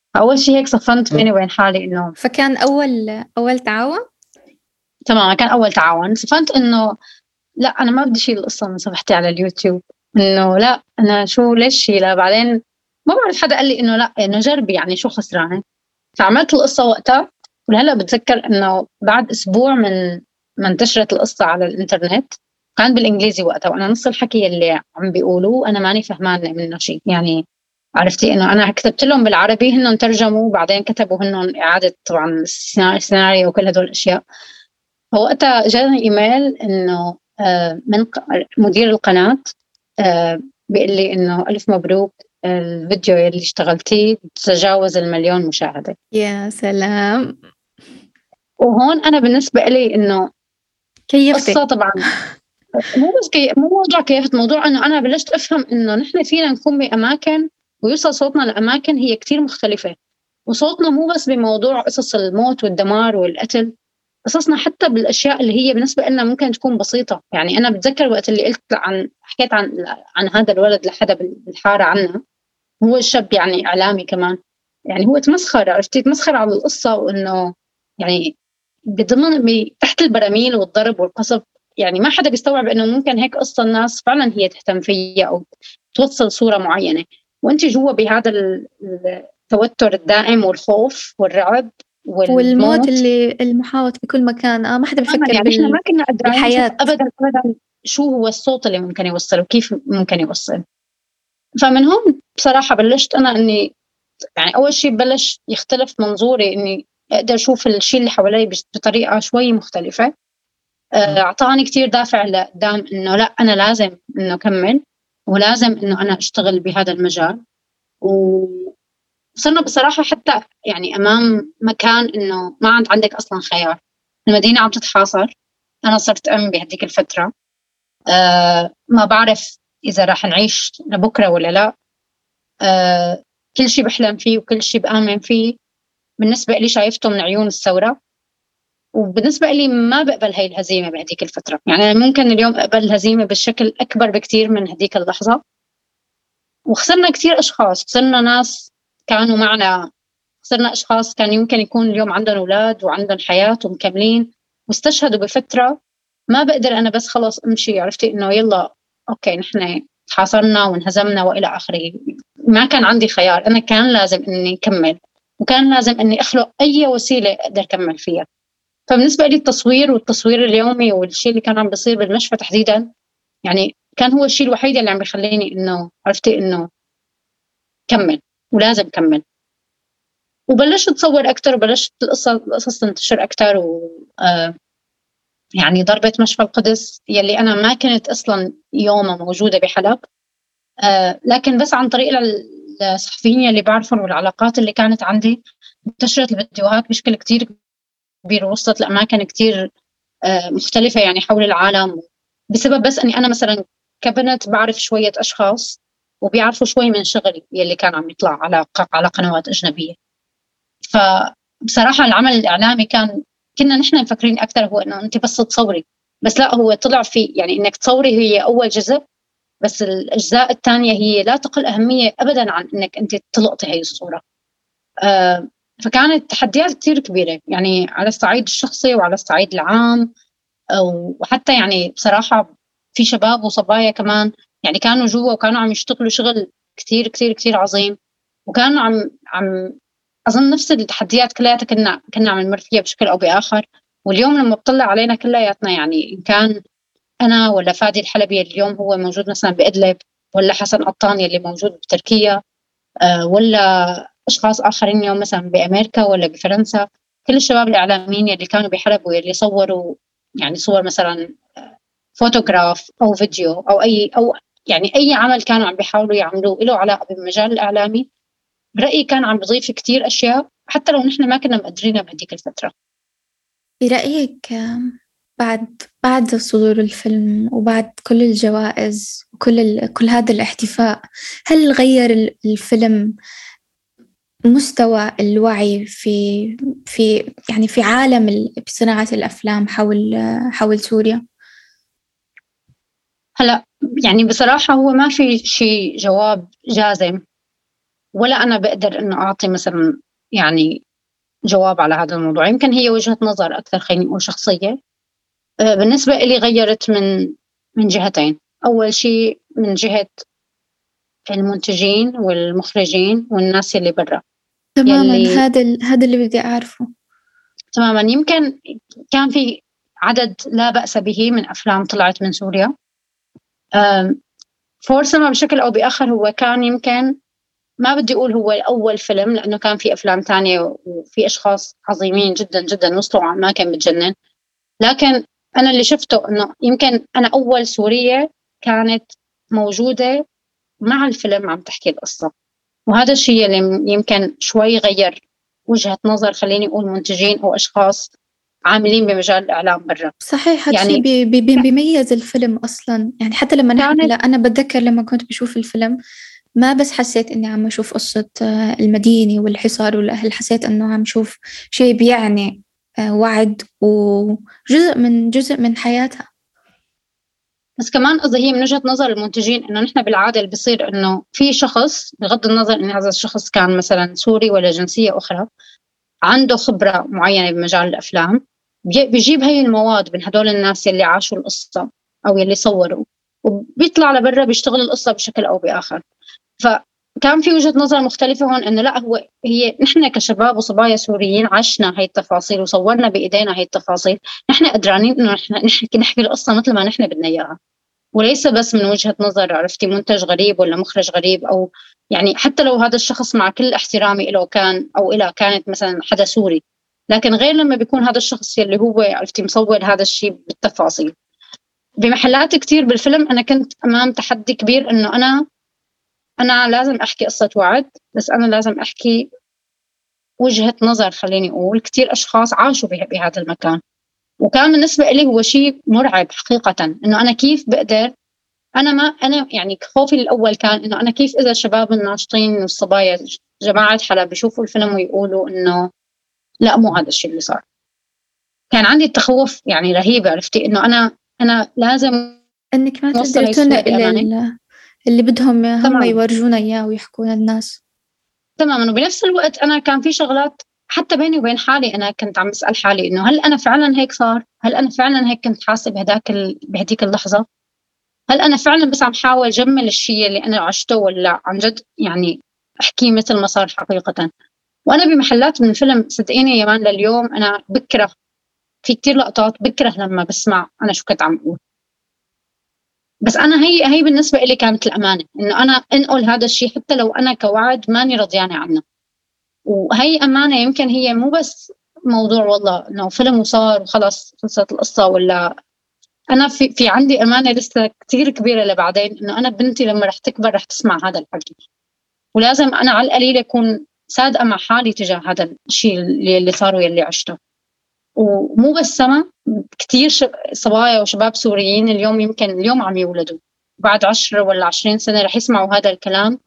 أول شيء هيك صفنت بيني وبين حالي إنه فكان أول تعاون. تمام، كان أول تعاون. صفنت إنه لا أنا ما بدي شيل القصة من صفحتي على اليوتيوب، إنه لا أنا شو ليش شيلها. بعدين ما بعرف حدا قال لي إنه لا إنه جربي يعني شو خسرانة. فعملت القصة وقتها. ولهلا بتذكر إنه بعد أسبوع من ما انتشرت القصة على الإنترنت، كان بالإنجليزي وقتها، وأنا نص الحكي اللي عم بيقولوه أنا ماني فهمان منه شيء. يعني عرفتي إنه أنا كتبت لهم بالعربي، هنن ترجموا وبعدين كتبوا هنن إعادة طبعا السيناريو وكل هدول الأشياء. فوقتها جاني إيميل إنه من مدير القناة بيقول لي إنه ألف مبروك، الفيديو اللي اشتغلتيه تجاوز 1,000,000 مشاهدة. يا سلام. وهون أنا بالنسبة لي إنه كيفتي. قصة طبعا مو بس مو موضوع كيفت، موضوع إنه أنا بلشت أفهم إنه نحن فينا نكون بأماكن ويوصل صوتنا لأماكن هي كتير مختلفة. وصوتنا مو بس بموضوع قصص الموت والدمار والقتل، قصصنا حتى بالأشياء اللي هي بالنسبة لنا ممكن تكون بسيطة. يعني أنا بتذكر وقت اللي حكيت عن هذا الولد لحدا بالحارة عنا، هو الشاب يعني إعلامي كمان، يعني هو تمسخر، عرفتي، تمسخر على القصة. وإنه يعني تحت البراميل والضرب والقصف، يعني ما حدا بيستوعب إنه ممكن هيك قصة الناس فعلا هي تهتم فيها أو توصل صورة معينة، وأنت جوا بهذا التوتر الدائم والخوف والرعب والموت والموت اللي المحاوط بكل مكان. ما حدا بيفكر يعني احنا ما كنا قادرين نشوف بالحياة. ابدا شو هو الصوت اللي ممكن يوصل وكيف ممكن يوصل. فمن هون بصراحة بلشت أنا إني يعني أول شيء بلش يختلف منظوري، إني أقدر أشوف الشيء اللي حوالي بطريقة شوي مختلفة. أعطاني كتير دافع لقدام إنه لا أنا لازم إنه أكمل، ولازم إنه أنا أشتغل بهذا المجال. وصرنا بصراحة حتى يعني أمام مكان إنه ما عندك أصلا خيار. المدينة عم تتحاصر، أنا صرت أم بهديك الفترة. ما بعرف إذا راح نعيش لبكرة ولا لا. كل شيء بحلم فيه وكل شيء بآمن فيه بالنسبة لي شايفته من عيون الثورة. وبالنسبة لي ما بقبل هاي الهزيمة بهديك الفترة. يعني ممكن اليوم أقبل الهزيمة بشكل أكبر بكتير من هديك اللحظة. وخسرنا كتير أشخاص، خسرنا ناس كانوا معنا، خسرنا أشخاص كان يمكن يكون اليوم عندهم أولاد وعندهم حياة ومكملين، واستشهدوا بفترة. ما بقدر أنا بس خلص أمشي، عرفتي إنه يلا أوكي نحن تحاصرنا وانهزمنا وإلى آخره. ما كان عندي خيار، أنا كان لازم إني أكمل، وكان لازم إني أخلق أي وسيلة أقدر أكمل فيها. فبالنسبة لي التصوير والتصوير اليومي والشيء اللي كان عم بيصير بالمشفى تحديدا، يعني كان هو الشيء الوحيد اللي عم بيخليني إنه عرفتي إنه كمل ولازم كمل. وبلشت أتصور أكتر وبلشت القصص تنتشر أكتر. يعني ضربة مشفى القدس يلي أنا ما كنت أصلا يومها موجودة بحلب، لكن بس عن طريق الصحفيين اللي بعرفهم والعلاقات اللي كانت عندي انتشرت الفيديوهات بشكل كتير كبير، ووصلت لأماكن كتير مختلفة يعني حول العالم، بسبب بس أني أنا مثلا كبنت بعرف شوية أشخاص وبيعرفوا شوي من شغلي يلي كان عم يطلع على قنوات أجنبية. فبصراحة العمل الإعلامي كنا نحن مفكرين أكثر هو إنه أنت بس تصوري، بس لا، هو طلع في يعني إنك تصوري هي أول جزء، بس الأجزاء الثانية هي لا تقل أهمية أبدا عن إنك أنت تلقطي هاي الصورة. فكانت تحديات كتير كبيرة يعني على الصعيد الشخصي وعلى الصعيد العام. وحتى يعني بصراحة في شباب وصبايا كمان يعني كانوا جوا وكانوا عم يشتغلوا شغل كتير كتير كتير عظيم، وكانوا عم أظن نفس التحديات كلياتها كنا عم نمر فيها بشكل أو بآخر. واليوم لما بطلع علينا كلياتنا، يعني إن كان أنا ولا فادي الحلبي اليوم هو موجود مثلا بإدلب، ولا حسن قطان اللي موجود بتركيا، ولا أشخاص آخرين اليوم مثلا بأمريكا ولا بفرنسا، كل الشباب الإعلاميين اللي كانوا بحلب واللي صوروا يعني صور مثلا فوتوغراف أو فيديو أو يعني أي عمل كانوا عم بيحاولوا يعملوه له علاقة بالمجال الإعلامي، برأيي كان عم بضيف كتير أشياء حتى لو نحن ما كنا مقدرينها بهديك الفترة. برأيك بعد صدور الفيلم وبعد كل الجوائز كل هذا الاحتفاء، هل غير الفيلم مستوى الوعي في عالم صناعة الأفلام حول سوريا؟ هلا يعني بصراحة هو ما في شيء جواب جازم ولا أنا بقدر إنه أعطي مثلا يعني جواب على هذا الموضوع. يمكن هي وجهة نظر أكثر، خليني أقول شخصية. بالنسبة لي غيرت من جهتين. أول شيء من جهة المنتجين والمخرجين والناس اللي برا. تماما، يلي هذا اللي بدي أعرفه. تماما. يمكن كان في عدد لا بأس به من أفلام طلعت من سوريا. فورسما بشكل أو بآخر هو كان يمكن، ما بدي أقول هو أول فيلم، لأنه كان في أفلام تانية وفي أشخاص عظيمين جدا جدا وصلوا على أماكن بتجنن. لكن أنا اللي شفته إنه يمكن أنا أول سورية كانت موجودة مع الفيلم عم تحكي القصة. وهذا الشيء اللي يمكن شوي غير وجهة نظر، خليني أقول منتجين أو أشخاص عاملين بمجال الإعلام برا. صحيح، هذا الشيء يعني بيميز الفيلم أصلا. يعني حتى لما كانت أنا بتذكر لما كنت بشوف الفيلم، ما بس حسيت إني عم أشوف قصة المدينة والحصار والأهل، حسيت إنه عم شوف شيء بيعني وعد جزء من حياتها. بس كمان قصدي هي من وجهة نظر المنتجين، إنه نحن بالعادة اللي بصير إنه في شخص بغض النظر إن هذا الشخص كان مثلا سوري ولا جنسية أخرى، عنده خبرة معينة بمجال الأفلام، بيجيب هاي المواد من هدول الناس اللي عاشوا القصة أو اللي صوروا، وبيطلع لبرا بيشتغل القصة بشكل أو بآخر. فكان في وجهة نظر مختلفة هون، إنه لا، هي نحن كشباب وصبايا سوريين عشنا هاي التفاصيل وصورنا بإيدينا هاي التفاصيل، نحن قدرانين إنه نحن نحكي القصة مثل ما نحن بدنا إياها، وليس بس من وجهة نظر عرفتي منتج غريب ولا مخرج غريب. أو يعني حتى لو هذا الشخص مع كل احترامي له كان أو إلى كانت مثلا حدا سوري، لكن غير لما بيكون هذا الشخص اللي هو عرفتي مصور هذا الشيء بالتفاصيل. بمحلات كتير بالفيلم أنا كنت أمام تحدي كبير، إنه أنا لازم أحكي قصة وعد، بس أنا لازم أحكي وجهة نظر، خليني أقول كتير أشخاص عاشوا بهذا المكان. وكان بالنسبة لي هو شيء مرعب حقيقة، إنه أنا كيف بقدر. أنا يعني خوفي الأول كان إنه أنا كيف إذا الشباب الناشطين والصبايا جماعة حلب بيشوفوا الفيلم ويقولوا إنه لا، مو هذا الشيء اللي صار. كان عندي التخوف يعني رهيب، عرفتي إنه أنا لازم إنك ما أوصل تقدر هاي الصورة تنقل بأمانة. اللي بدهم هم تمام يورجونا إياه ويحكونا الناس. تماما. وبنفس الوقت أنا كان في شغلات حتى بيني وبين حالي، أنا كنت عم بسأل حالي إنه هل أنا فعلا هيك صار؟ هل أنا فعلا هيك كنت حاسة بهديك اللحظة؟ هل أنا فعلا بس عم حاول جمل الشيء اللي أنا عشته، ولا عن جد يعني أحكي مثل ما صار حقيقة؟ وأنا بمحلات من الفيلم صدقيني يا مان لليوم أنا بكره في كتير لقطات، بكره لما بسمع أنا شو كنت عم أقول. بس أنا هي بالنسبة لي كانت الأمانة، إنه أنا أنقل هذا الشيء حتى لو أنا كوعد ماني رضيانة عنه. وهي أمانة. يمكن هي مو بس موضوع والله إنه فيلم وصار وخلص خلصت القصة، ولا أنا في عندي أمانة لسه كتير كبيرة لبعدين، إنه أنا بنتي لما رح تكبر رح تسمع هذا الحكي، ولازم أنا على القليل أكون صادقة مع حالي تجاه هذا الشيء اللي صار واللي عشته. ومو بس سما، كتير صبايا وشباب سوريين اليوم يمكن اليوم عم يولدوا بعد 10 ولا 20 سنة رح يسمعوا هذا الكلام.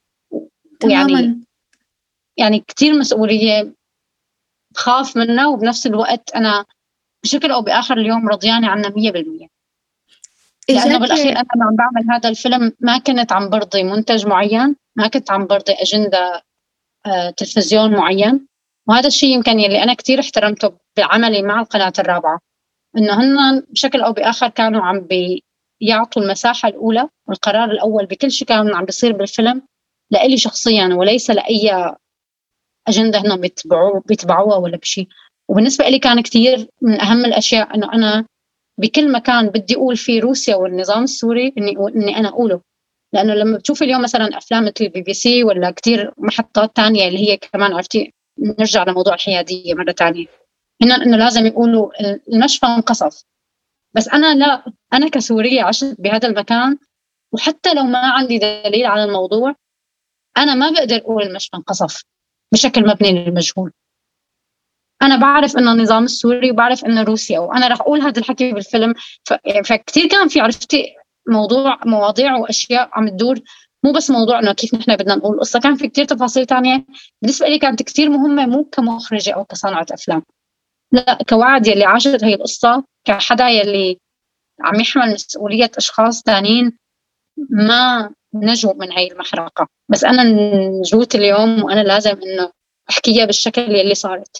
ويعني تماما. كتير مسؤولية بخاف منها، وبنفس الوقت أنا بشكل أو بآخر اليوم رضيانة عنها 100%. لأنه إجاك بالأخير أنا عم بعمل هذا الفيلم ما كنت عم برضي منتج معين، ما كنت عم برضي أجندة تلفزيون معين. وهذا الشيء يمكن يلي أنا كتير احترمته بعملي مع القناة الرابعة، إنه هن بشكل أو بآخر كانوا عم بيعطوا المساحة الأولى والقرار الأول بكل شيء كان عم بيصير بالفيلم لإلي شخصيا، وليس لأي أجندة هن بيتبعوها ولا بشيء. وبالنسبة لي كان كتير من أهم الأشياء إنه أنا بكل مكان بدي أقول فيه روسيا والنظام السوري إني أنا أقوله. لأنه لما بتشوف اليوم مثلا أفلام مثل BBC ولا كتير محطات تانية اللي هي كمان عرفتي، نرجع لموضوع الحيادية مرة تانية، إنه لازم يقولوا المشفى انقصف. بس أنا لا، أنا كسورية عشت بهذا المكان، وحتى لو ما عندي دليل على الموضوع أنا ما بقدر أقول المشفى انقصف بشكل مبني للمجهول. أنا بعرف إنه النظام السوري وبعرف إنه روسيا، وأنا رح أقول هذا الحكي بالفيلم. فكتير كان في عرفتي مواضيع وأشياء عم تدور، مو بس موضوع إنه كيف نحن بدنا نقول قصة، كان في كتير تفاصيل تانية بالنسبة لي كانت كتير مهمة، مو كمخرجة أو كصانعة أفلام، لا كوعد يلي عاشت هي القصة، كحدا يلي عم يحمل مسؤولية أشخاص تانين نجوا من هاي المحرقة. بس أنا نجوت اليوم وأنا لازم إنه أحكيها بالشكل اللي صارت.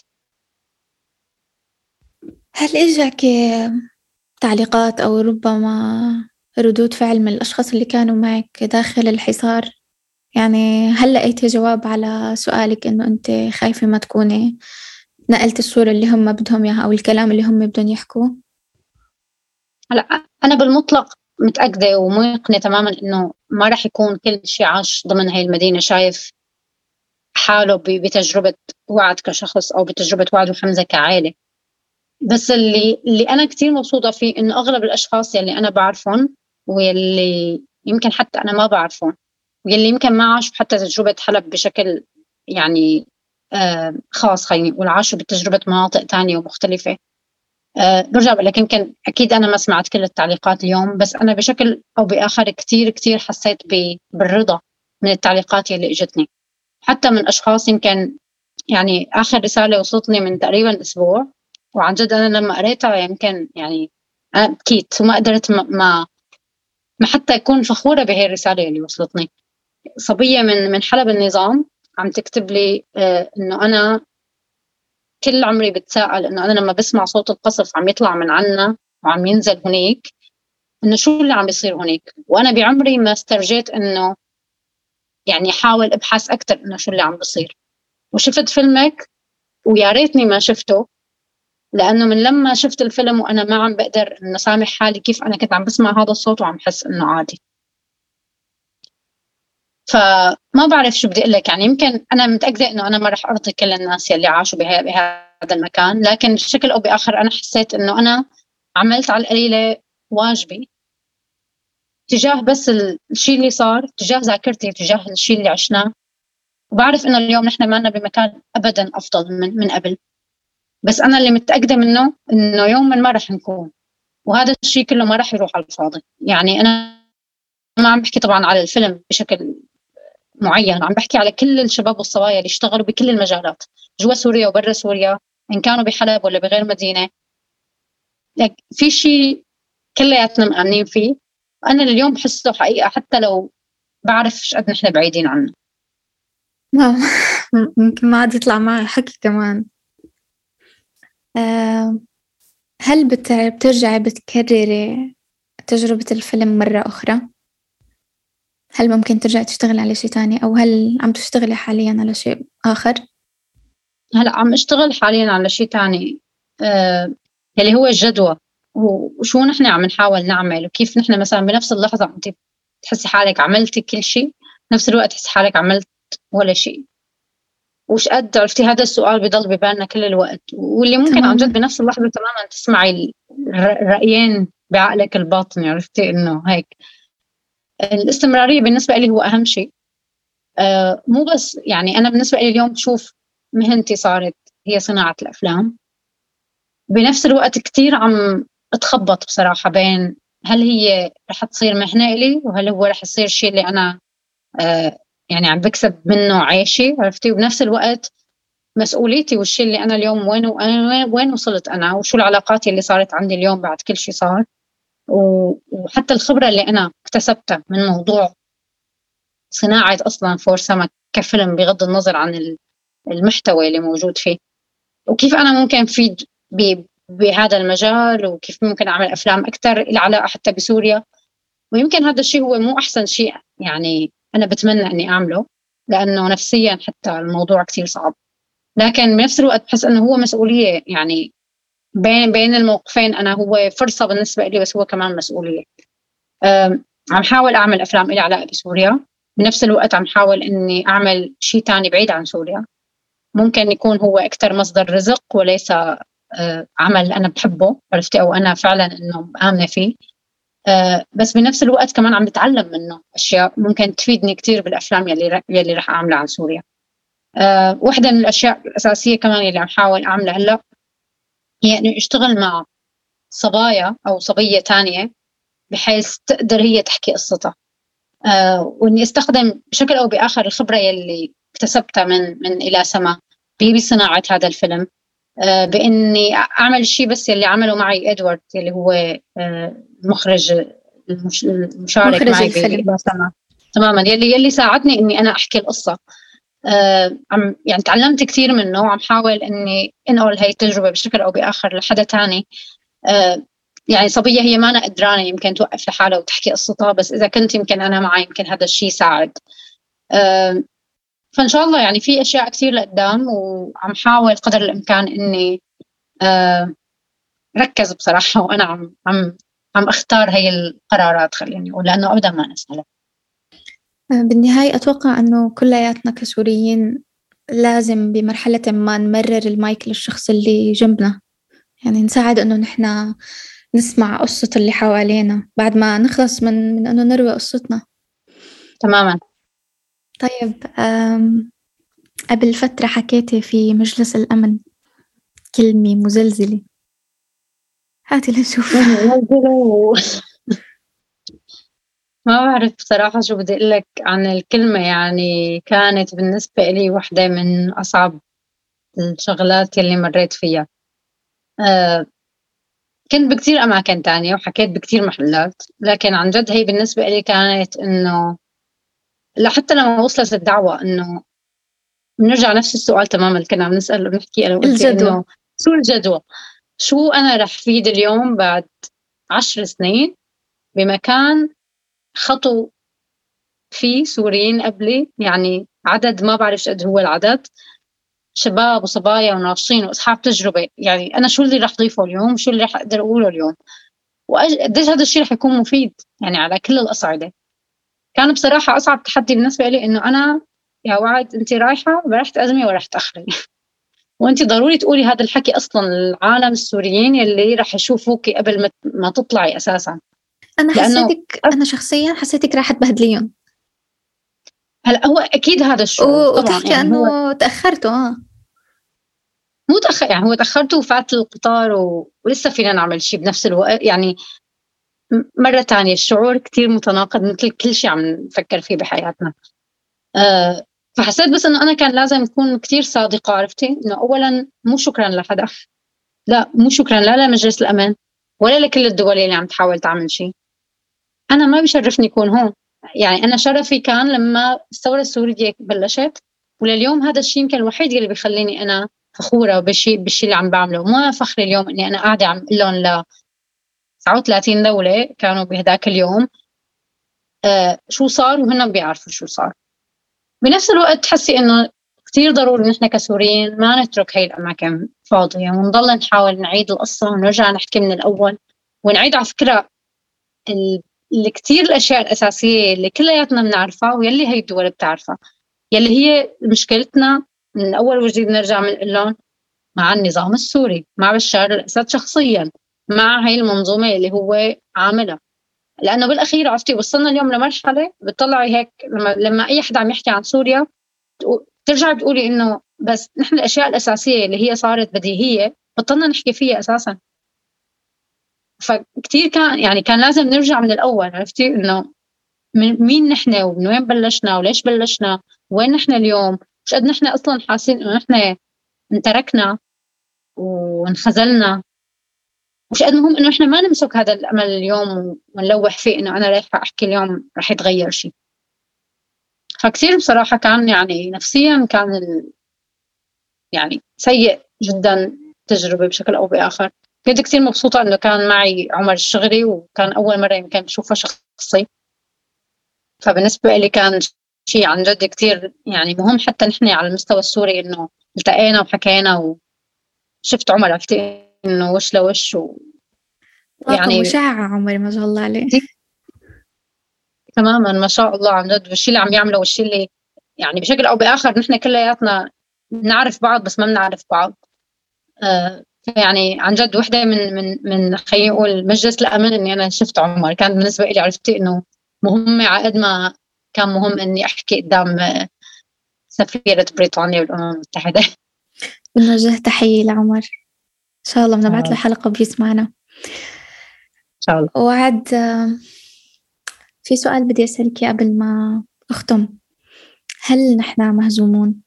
هل إجاك تعليقات أو ربما ردود فعل من الأشخاص اللي كانوا معك داخل الحصار؟ يعني هل لقيتي جواب على سؤالك إنه أنت خايفة ما تكوني نقلت الصورة اللي هم بدهم إياها أو الكلام اللي هم بدهم يحكوه؟ هلا أنا بالمطلق متأكدة وموقنة تماما إنه ما رح يكون كل شيء عاش ضمن هاي المدينة شايف حاله بتجربة وعد كشخص أو بتجربة وعد وحمزة كعائلة. بس اللي أنا كتير مبسوطة فيه إنه أغلب الأشخاص يلي أنا بعرفهم واللي يمكن حتى أنا ما بعرفهم واللي يمكن ما عاشوا حتى تجربة حلب بشكل يعني خاص، خليني أقول عاشوا بتجربة مناطق تانية ومختلفة. برجع بقول لك يمكن أكيد أنا ما سمعت كل التعليقات اليوم، بس أنا بشكل أو بآخر كتير كتير حسيت بالرضا من التعليقات يلي إجتني، حتى من أشخاص يمكن يعني آخر رسالة وصلتني من تقريبا أسبوع، وعن جد أنا لما قريتها يمكن يعني أنا بكيت وما قدرت ما حتى أكون فخورة بهي الرسالة اللي وصلتني. صبية من حلب النظام عم تكتب لي إنه أنا كل عمري بتساءل إنه أنا لما بسمع صوت القصف عم يطلع من عنا وعم ينزل هنيك إنه شو اللي عم بيصير هنيك، وأنا بعمري ما استرجيت إنه يعني حاول أبحث أكتر إنه شو اللي عم بيصير. وشفت فيلمك ويا ريتني ما شفته، لأنه من لما شفت الفيلم وأنا ما عم بقدر إنه سامح حالي كيف أنا كنت عم بسمع هذا الصوت وعم حس إنه عادي. فما بعرف شو بدي أقول لك، يعني يمكن أنا متأكدة إنه أنا ما رح أرضي كل الناس يلي عاشوا بهذا المكان، لكن بشكل أو بآخر أنا حسيت إنه أنا عملت على القليلة واجبي تجاه بس الشيء اللي صار، تجاه ذاكرتي، تجاه الشيء اللي عشناه. وبعرف إنه اليوم نحن ما لنا بمكان أبدا أفضل من قبل، بس أنا اللي متأكدة منه إنه يوما ما رح نكون، وهذا الشيء كله ما رح يروح على الفاضي. يعني أنا ما عم بحكي طبعا على الفيلم بشكل معين، عم بحكي على كل الشباب والصبايا اللي اشتغلوا بكل المجالات جوا سوريا وبرا سوريا، إن كانوا بحلب ولا بغير مدينة. في شيء كلياتنا مآمنين فيه، أنا اليوم بحسه حقيقة حتى لو بعرف ايش قد نحن بعيدين عنه. ممكن ما عاد يطلع معي حكي كمان. هل بترجعي بتكرري تجربة الفيلم مرة أخرى؟ هل ممكن ترجعي تشتغلي على شيء تاني، أو هل عم تشتغلي حاليا على شيء آخر؟ هلأ عم اشتغل حاليا على شيء تاني اللي هو الجدوى، وشو نحن عم نحاول نعمل، وكيف نحن مثلا بنفس اللحظة أنت تحسي حالك عملتي كل شيء، نفس الوقت تحسي حالك عملت ولا شيء. وش قد عرفتي هذا السؤال بضل ببالنا كل الوقت، واللي ممكن عن جد بنفس اللحظة تماما تسمعي الرأيين بعقلك الباطني. عرفتي إنه هيك الاستمرارية بالنسبة لي هو أهم شيء. مو بس يعني أنا بالنسبة لي اليوم بشوف مهنتي صارت هي صناعة الأفلام، بنفس الوقت كتير عم أتخبط بصراحة بين هل هي رح تصير مهنة إلي، وهل هو رح يصير شيء اللي أنا يعني عم بكسب منه عيشي. عرفتي؟ وبنفس الوقت مسؤوليتي والشيء اللي أنا اليوم وين وصلت أنا، وشو العلاقات اللي صارت عندي اليوم بعد كل شيء صار، وحتى الخبرة اللي أنا اكتسبتها من موضوع صناعة أصلا فور سمك كفيلم بغض النظر عن المحتوى اللي موجود فيه، وكيف أنا ممكن أفيد بهذا المجال، وكيف ممكن أعمل أفلام أكثر العلاقة حتى بسوريا. ويمكن هذا الشيء هو مو أحسن شيء يعني أنا بتمنى أني أعمله، لأنه نفسيا حتى الموضوع كتير صعب، لكن بنفس الوقت بحس أنه هو مسؤولية. يعني بين الموقفين أنا هو فرصة بالنسبة لي، بس هو كمان مسؤولية. عم حاول أعمل أفلام إلي علاقة بسوريا، بنفس الوقت عم حاول إني أعمل شيء تاني بعيد عن سوريا، ممكن يكون هو أكثر مصدر رزق وليس عمل أنا بحبه. عرفتي؟ أو أنا فعلا إنه آمنة فيه. بس بنفس الوقت كمان عم بتعلم منه أشياء ممكن تفيدني كتير بالأفلام يلي رح أعملها عن سوريا. واحدة من الأشياء الأساسية كمان يلي عم حاول أعملها هلأ هي إنه أشتغل مع صبايا أو صبية تانية بحيث تقدر هي تحكي قصتها، وإني أستخدم بشكل أو بآخر الخبرة يلي اكتسبتها من إلى سما بصناعة هذا الفيلم، بإني أعمل الشيء بس يلي عمله معي إدوارد اللي هو المخرج المشارك مخرج معي الفيلم. بإلى سما. تماما. يلي ساعدني إني أنا أحكي القصة. يعني تعلمت كثير منه، وعم حاول إني أنقل هاي التجربة بشكل أو بآخر لحدا تاني. يعني صبية هي ما أنا قدرانة يمكن توقف لحالها وتحكي قصتها، بس إذا كنت يمكن أنا معي يمكن هذا الشيء يساعد. فإن شاء الله يعني في أشياء كثير لقدام، وعم حاول قدر الإمكان إني ركز بصراحة، وأنا عم أختار هاي القرارات، خليني أقول، لأنه أبدا ما نسهل. بالنهاية أتوقع أنه كلياتنا كسوريين لازم بمرحلة ما نمرر المايك للشخص اللي جنبنا، يعني نساعد أنه نحنا نسمع قصة اللي حوالينا بعد ما نخلص من أنه نروي قصتنا. تماما. طيب، قبل فترة حكيتي في مجلس الأمن كلمة مزلزلة، هاتي لنشوف. ما بعرف بصراحة شو بدي أقول لك عن الكلمة. يعني كانت بالنسبة لي واحدة من أصعب الشغلات يلي مريت فيها. كنت بكتير أماكن تانية وحكيت بكتير محلات، لكن عن جد هي بالنسبة لي كانت إنه لحتى لما وصلت الدعوة إنه بنرجع نفس السؤال تماما اللي كنا عم نسأل ونحكي أنا وأنتي، إنه شو الجدوى؟ شو أنا رح فيد اليوم بعد 10 سنين بمكان خطو فيه سوريين قبلي، يعني عدد ما بعرف قد هو العدد، شباب وصبايا وناشطين وأصحاب تجربة. يعني أنا شو اللي رح ضيفه اليوم وشو اللي رح أقدر أقوله اليوم، وقديش هذا الشيء رح يكون مفيد يعني على كل الأصعدة. كان بصراحة أصعب تحدي بالنسبة لي إنه أنا يا وعد أنت رايحة رح تقدمي ورح تأخري وأنت ضروري تقولي هذا الحكي أصلا للعالم السوريين يلي رح يشوفوكي قبل ما تطلعي أساسا. أنا شخصيا حسيتك راح تبهدليهم. هلا هو أكيد هذا الشعور طبعا، وتحكي يعني أنه تأخرتوا. مو تأخر، يعني هو تأخرت وفات القطار ولسه فينا نعمل شيء بنفس الوقت. يعني مرة تانية الشعور كتير متناقض مثل كل شيء عم نفكر فيه بحياتنا. فحسيت بس إنه أنا كان لازم أكون كتير صادقة. عرفتي إنه أولا مو شكرا لحدا، لا مو شكرا لا لمجلس الأمن ولا لكل الدول اللي عم تحاول تعمل شيء. أنا ما بيشرفني يكون هون. يعني أنا شرفي كان لما الثورة السورية بلشت، ولليوم هذا الشيء يمكن الوحيد اللي بيخليني أنا فخورة بالشيء اللي عم بعمله. ما فخري اليوم إني أنا قاعدة عم أقول لهم ل 39 دولة كانوا بهداك اليوم شو صار وهن بيعرفوا شو صار. بنفس الوقت تحسي إنه كتير ضروري نحن كسوريين ما نترك هاي الأماكن فاضية، ونضل نحاول نعيد القصة ونرجع نحكي من الأول، ونعيد على فكرة كتير الأشياء الأساسية اللي كلياتنا بنعرفها ويلي هاي الدول بتعرفها، يلي هي مشكلتنا من أول وجديد. نرجع من لهم مع النظام السوري، مع بشار الأسد شخصيا، مع هاي المنظومة اللي هو عاملها. لأنه بالأخير عرفتي وصلنا اليوم لمرحلة بتطلعي هيك لما أي حدا عم يحكي عن سوريا ترجع بتقولي إنه بس نحن الأشياء الأساسية اللي هي صارت بديهية بطلنا نحكي فيها أساسا. فكتير كان لازم نرجع من الأول. عرفتي إنه مين نحن ومن وين بلشنا وليش بلشنا وين نحن اليوم، مش قد نحن أصلا حاسين إنه نحن انتركنا وانخذلنا. مش قد مهم إنه إحنا ما نمسك هذا الأمل اليوم ونلوح فيه إنه أنا رايحة أحكي اليوم رح يتغير شيء. فكتير بصراحة كان يعني نفسيا كان يعني سيء جدا تجربة بشكل أو بآخر. كنت كتير مبسوطة إنه كان معي عمر الشغري، وكان أول مرة يمكن بشوفه شخصي. فبالنسبة لي كان شيء عن جد كتير يعني مهم، حتى نحن على المستوى السوري إنه التقينا وحكينا وشفت عمر. عرفتي إنه وش لوش طاقة يعني مشعة عمري ما شاء الله عليه. تماما ما شاء الله عن جد. والشيء اللي عم يعمله والشيء اللي يعني بشكل أو بآخر نحن كلياتنا نعرف بعض بس ما بنعرف بعض. يعني عن جد وحدة من خلينا نقول مجلس الأمن إني أنا شفت عمر. كان بالنسبة لي عرفتي إنه مهمة عقد ما كان مهم إني أحكي قدام سفيرة بريطانيا بالأمم المتحدة. بنوجه تحية لعمر، إن شاء الله بنبعث له حلقة بيسمعنا إن شاء الله. وعد. في سؤال بدي أسألك قبل ما أختم، هل نحن مهزومون؟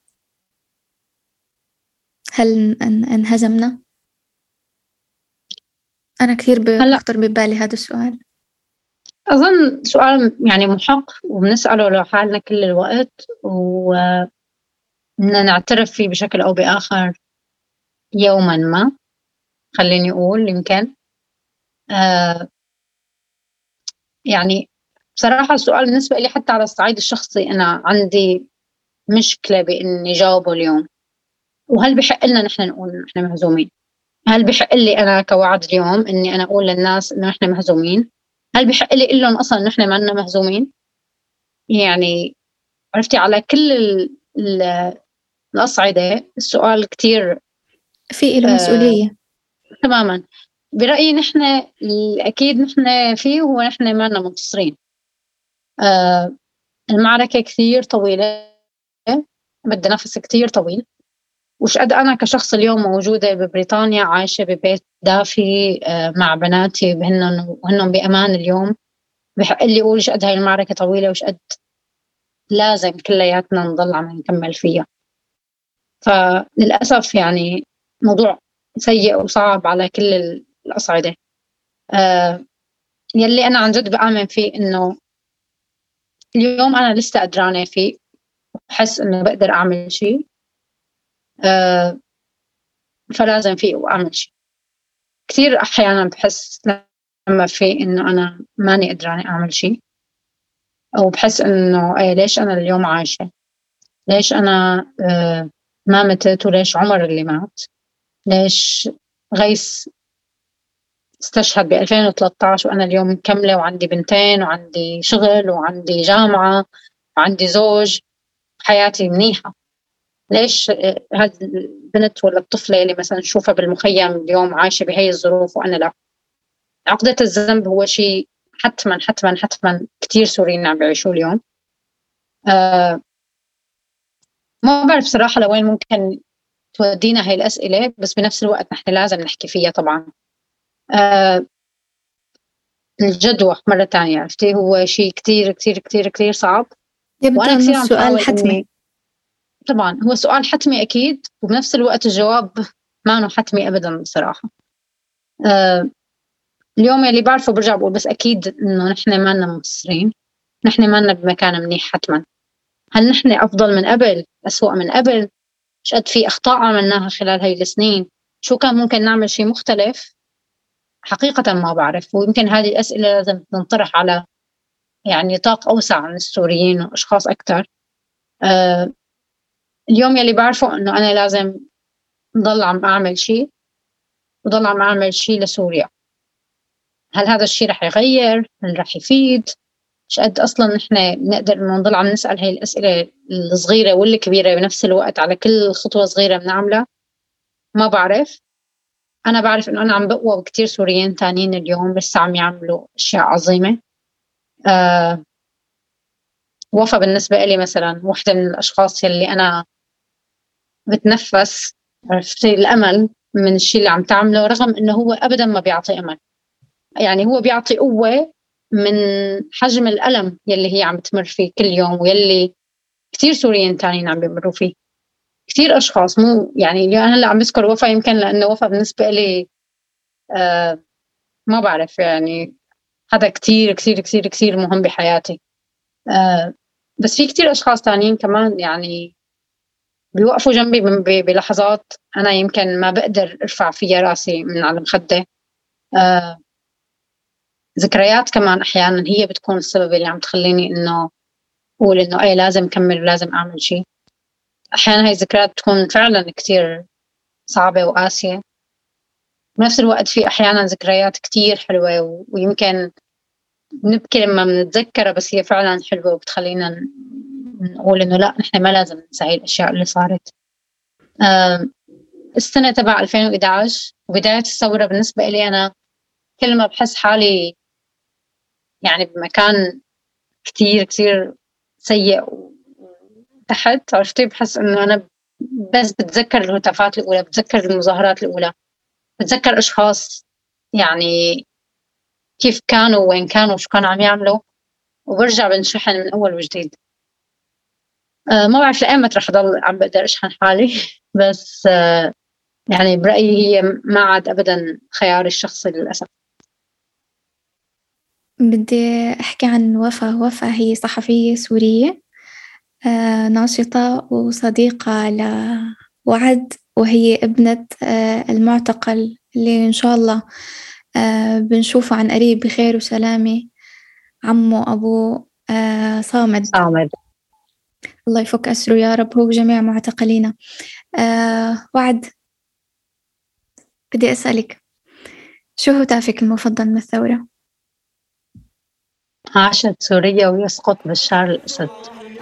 هل انهزمنا؟ أنا كثير بخطر ببالي هذا السؤال. أظن سؤال يعني محق وبنسأله لحالنا كل الوقت، وبدنا نعترف فيه بشكل أو بآخر يوما ما. خليني أقول يمكن يعني بصراحة السؤال بالنسبة لي حتى على الصعيد الشخصي أنا عندي مشكلة بإني جاوبه اليوم. وهل بحق لنا نحن نقول نحن مهزومين؟ هل بحق لي أنا كوعد اليوم إني أنا أقول للناس إنه نحن مهزومين؟ هل بحق لي إلهم أصلا نحن ما لنا مهزومين؟ يعني عرفتي على كل الأصعدة السؤال كتير في له مسؤولية. تماما. برأيي نحن الأكيد نحن فيه هو نحن ما لنا منتصرين. المعركة كثير طويلة، بدها نفس كتير طويل. وش قد أنا كشخص اليوم موجودة ببريطانيا عايشة ببيت دافي مع بناتي وهنهم بأمان اليوم، بحق لي أقول وش قد هاي المعركة طويلة وش قد لازم كلياتنا نضل عم نكمل فيها. فللأسف يعني موضوع سيء وصعب على كل الأصعدة. يلي أنا عن جد بآمن فيه إنه اليوم أنا لسه قدرانة فيه وبحس إنه بقدر أعمل شيء، فلازم فيه وأعمل شيء. كثير أحيانا بحس لما في إنه أنا ماني قدرانة أعمل شيء، أو بحس إنه إيه ليش أنا اليوم عايشة، ليش أنا ما متت، وليش عمر اللي مات، ليش غيث استشهد ب2013 وأنا اليوم مكملة وعندي بنتين وعندي شغل وعندي جامعة وعندي زوج حياتي منيحة. ليش هذه البنت ولا الطفلة اللي مثلا نشوفها بالمخيم اليوم عايشة بهي الظروف وأنا لا؟ عقدة الذنب هو شيء حتما حتما حتما كتير سوريين عم بيعيشوا اليوم. ما بعرف صراحة لوين ممكن تودينا هاي الأسئلة، بس بنفس الوقت نحن لازم نحكي فيها طبعا. الجدوى مرة تانية عرفتي هو شيء كتير كتير كتير كتير صعب. يبدو وأنا أنه كثير عم السؤال حاول حتمي. طبعا هو سؤال حتمي أكيد، وبنفس الوقت الجواب ما أنه حتمي أبدا بصراحة. اليوم اللي بعرفه برجع بقول بس أكيد إنه نحن ما لنا منتصرين، نحن ما لنا بمكان منيح حتما. هل نحن أفضل من قبل، أسوأ من قبل؟ مش قد في أخطاء عملناها خلال هاي السنين؟ شو كان ممكن نعمل شيء مختلف؟ حقيقة ما بعرف. ويمكن هذه الأسئلة لازم تنطرح على يعني نطاق أوسع من السوريين وأشخاص أكثر. اليوم يلي بعرفه إنه أنا لازم ضل عم أعمل شيء وضل عم أعمل شيء لسوريا. هل هذا الشيء رح يغير؟ هل رح يفيد؟ مش قد أصلا نحن نقدر إنه نضل عم نسأل هاي الأسئلة الصغيرة والكبيرة بنفس الوقت على كل خطوة صغيرة بنعملها؟ ما بعرف. أنا بعرف إنه أنا عم بقوى وكتير سوريين تانيين اليوم لسه عم يعملوا أشياء عظيمة. وفا بالنسبة لي مثلا واحدة من الأشخاص يلي أنا بتنفس عرفتي الأمل من الشيء اللي عم تعمله، رغم إنه هو أبدا ما بيعطي أمل. يعني هو بيعطي قوة من حجم الألم يلي هي عم تمر فيه كل يوم، ويلي كتير سوريين تانيين عم بيمروا فيه. كتير أشخاص، مو يعني أنا هلا عم بذكر وفا يمكن لأنه وفا بالنسبة لي ما بعرف يعني هذا كتير كتير كتير كتير مهم بحياتي. بس في كتير أشخاص تانيين كمان يعني بيوقفوا جنبي بلحظات أنا يمكن ما بقدر أرفع فيها راسي من على المخدة. ذكريات كمان أحيانا هي بتكون السبب اللي عم تخليني إنه أقول إنه أي لازم أكمل ولازم أعمل شيء. أحيانا هاي الذكريات بتكون فعلا كتير صعبة وقاسية. بنفس الوقت في أحيانا ذكريات كتير حلوة ويمكن نبكي لما بنتذكرها، بس هي فعلا حلوة وبتخلينا نقول إنه لا نحن ما لازم ننسى هاي الأشياء اللي صارت. السنة تبع 2011 وبداية الثورة بالنسبة لي أنا كل ما بحس حالي يعني بمكان كتير كتير سيء تحت عرفتي، بحس إنه أنا بس بتذكر الهتافات الأولى، بتذكر المظاهرات الأولى، بتذكر أشخاص يعني كيف كانوا وين كانوا وشو كانوا عم يعملوا، وبرجع بنشحن من أول وجديد. ما بعرف لأيمت رح أضل عم بقدر أشحن حالي بس يعني برأيي هي ما عاد أبدا خياري الشخصي للأسف. بدي أحكي عن وفاء هي صحفية سورية ناشطة وصديقة لوعد، وهي ابنة المعتقل اللي إن شاء الله بنشوفه عن قريب بخير وسلامة، عمه أبوه صامد. الله يفك أسره يا رب، هو جميع معتقلينا. وعد، بدي أسألك، شو هتافك المفضل من الثورة؟ عاشت سوريا ويسقط بشار الأسد.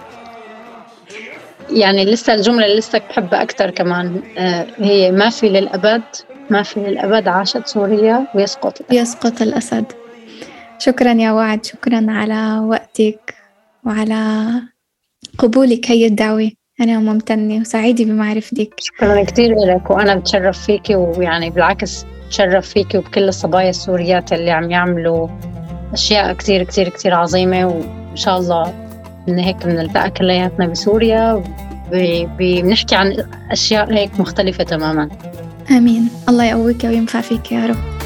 يعني لسه الجملة اللي لسه بحبها أكتر كمان، هي ما في للأبد عاشت سوريا ويسقط الأسد. شكرا يا وعد، شكرا على وقتك وعلى قبولك هي الدعوة. أنا ممتنة وسعيدة بمعرفتك. شكرا كتير لك، وأنا بتشرف فيكي، ويعني بالعكس بتشرف فيكي وبكل الصبايا السوريات اللي عم يعملوا أشياء كتير كتير كتير عظيمة، وإن شاء الله إن هيك بنلتقى كلياتنا بسوريا بنحكي عن أشياء هيك مختلفة تماما. آمين. الله يقويك وينفع فيك يا رب.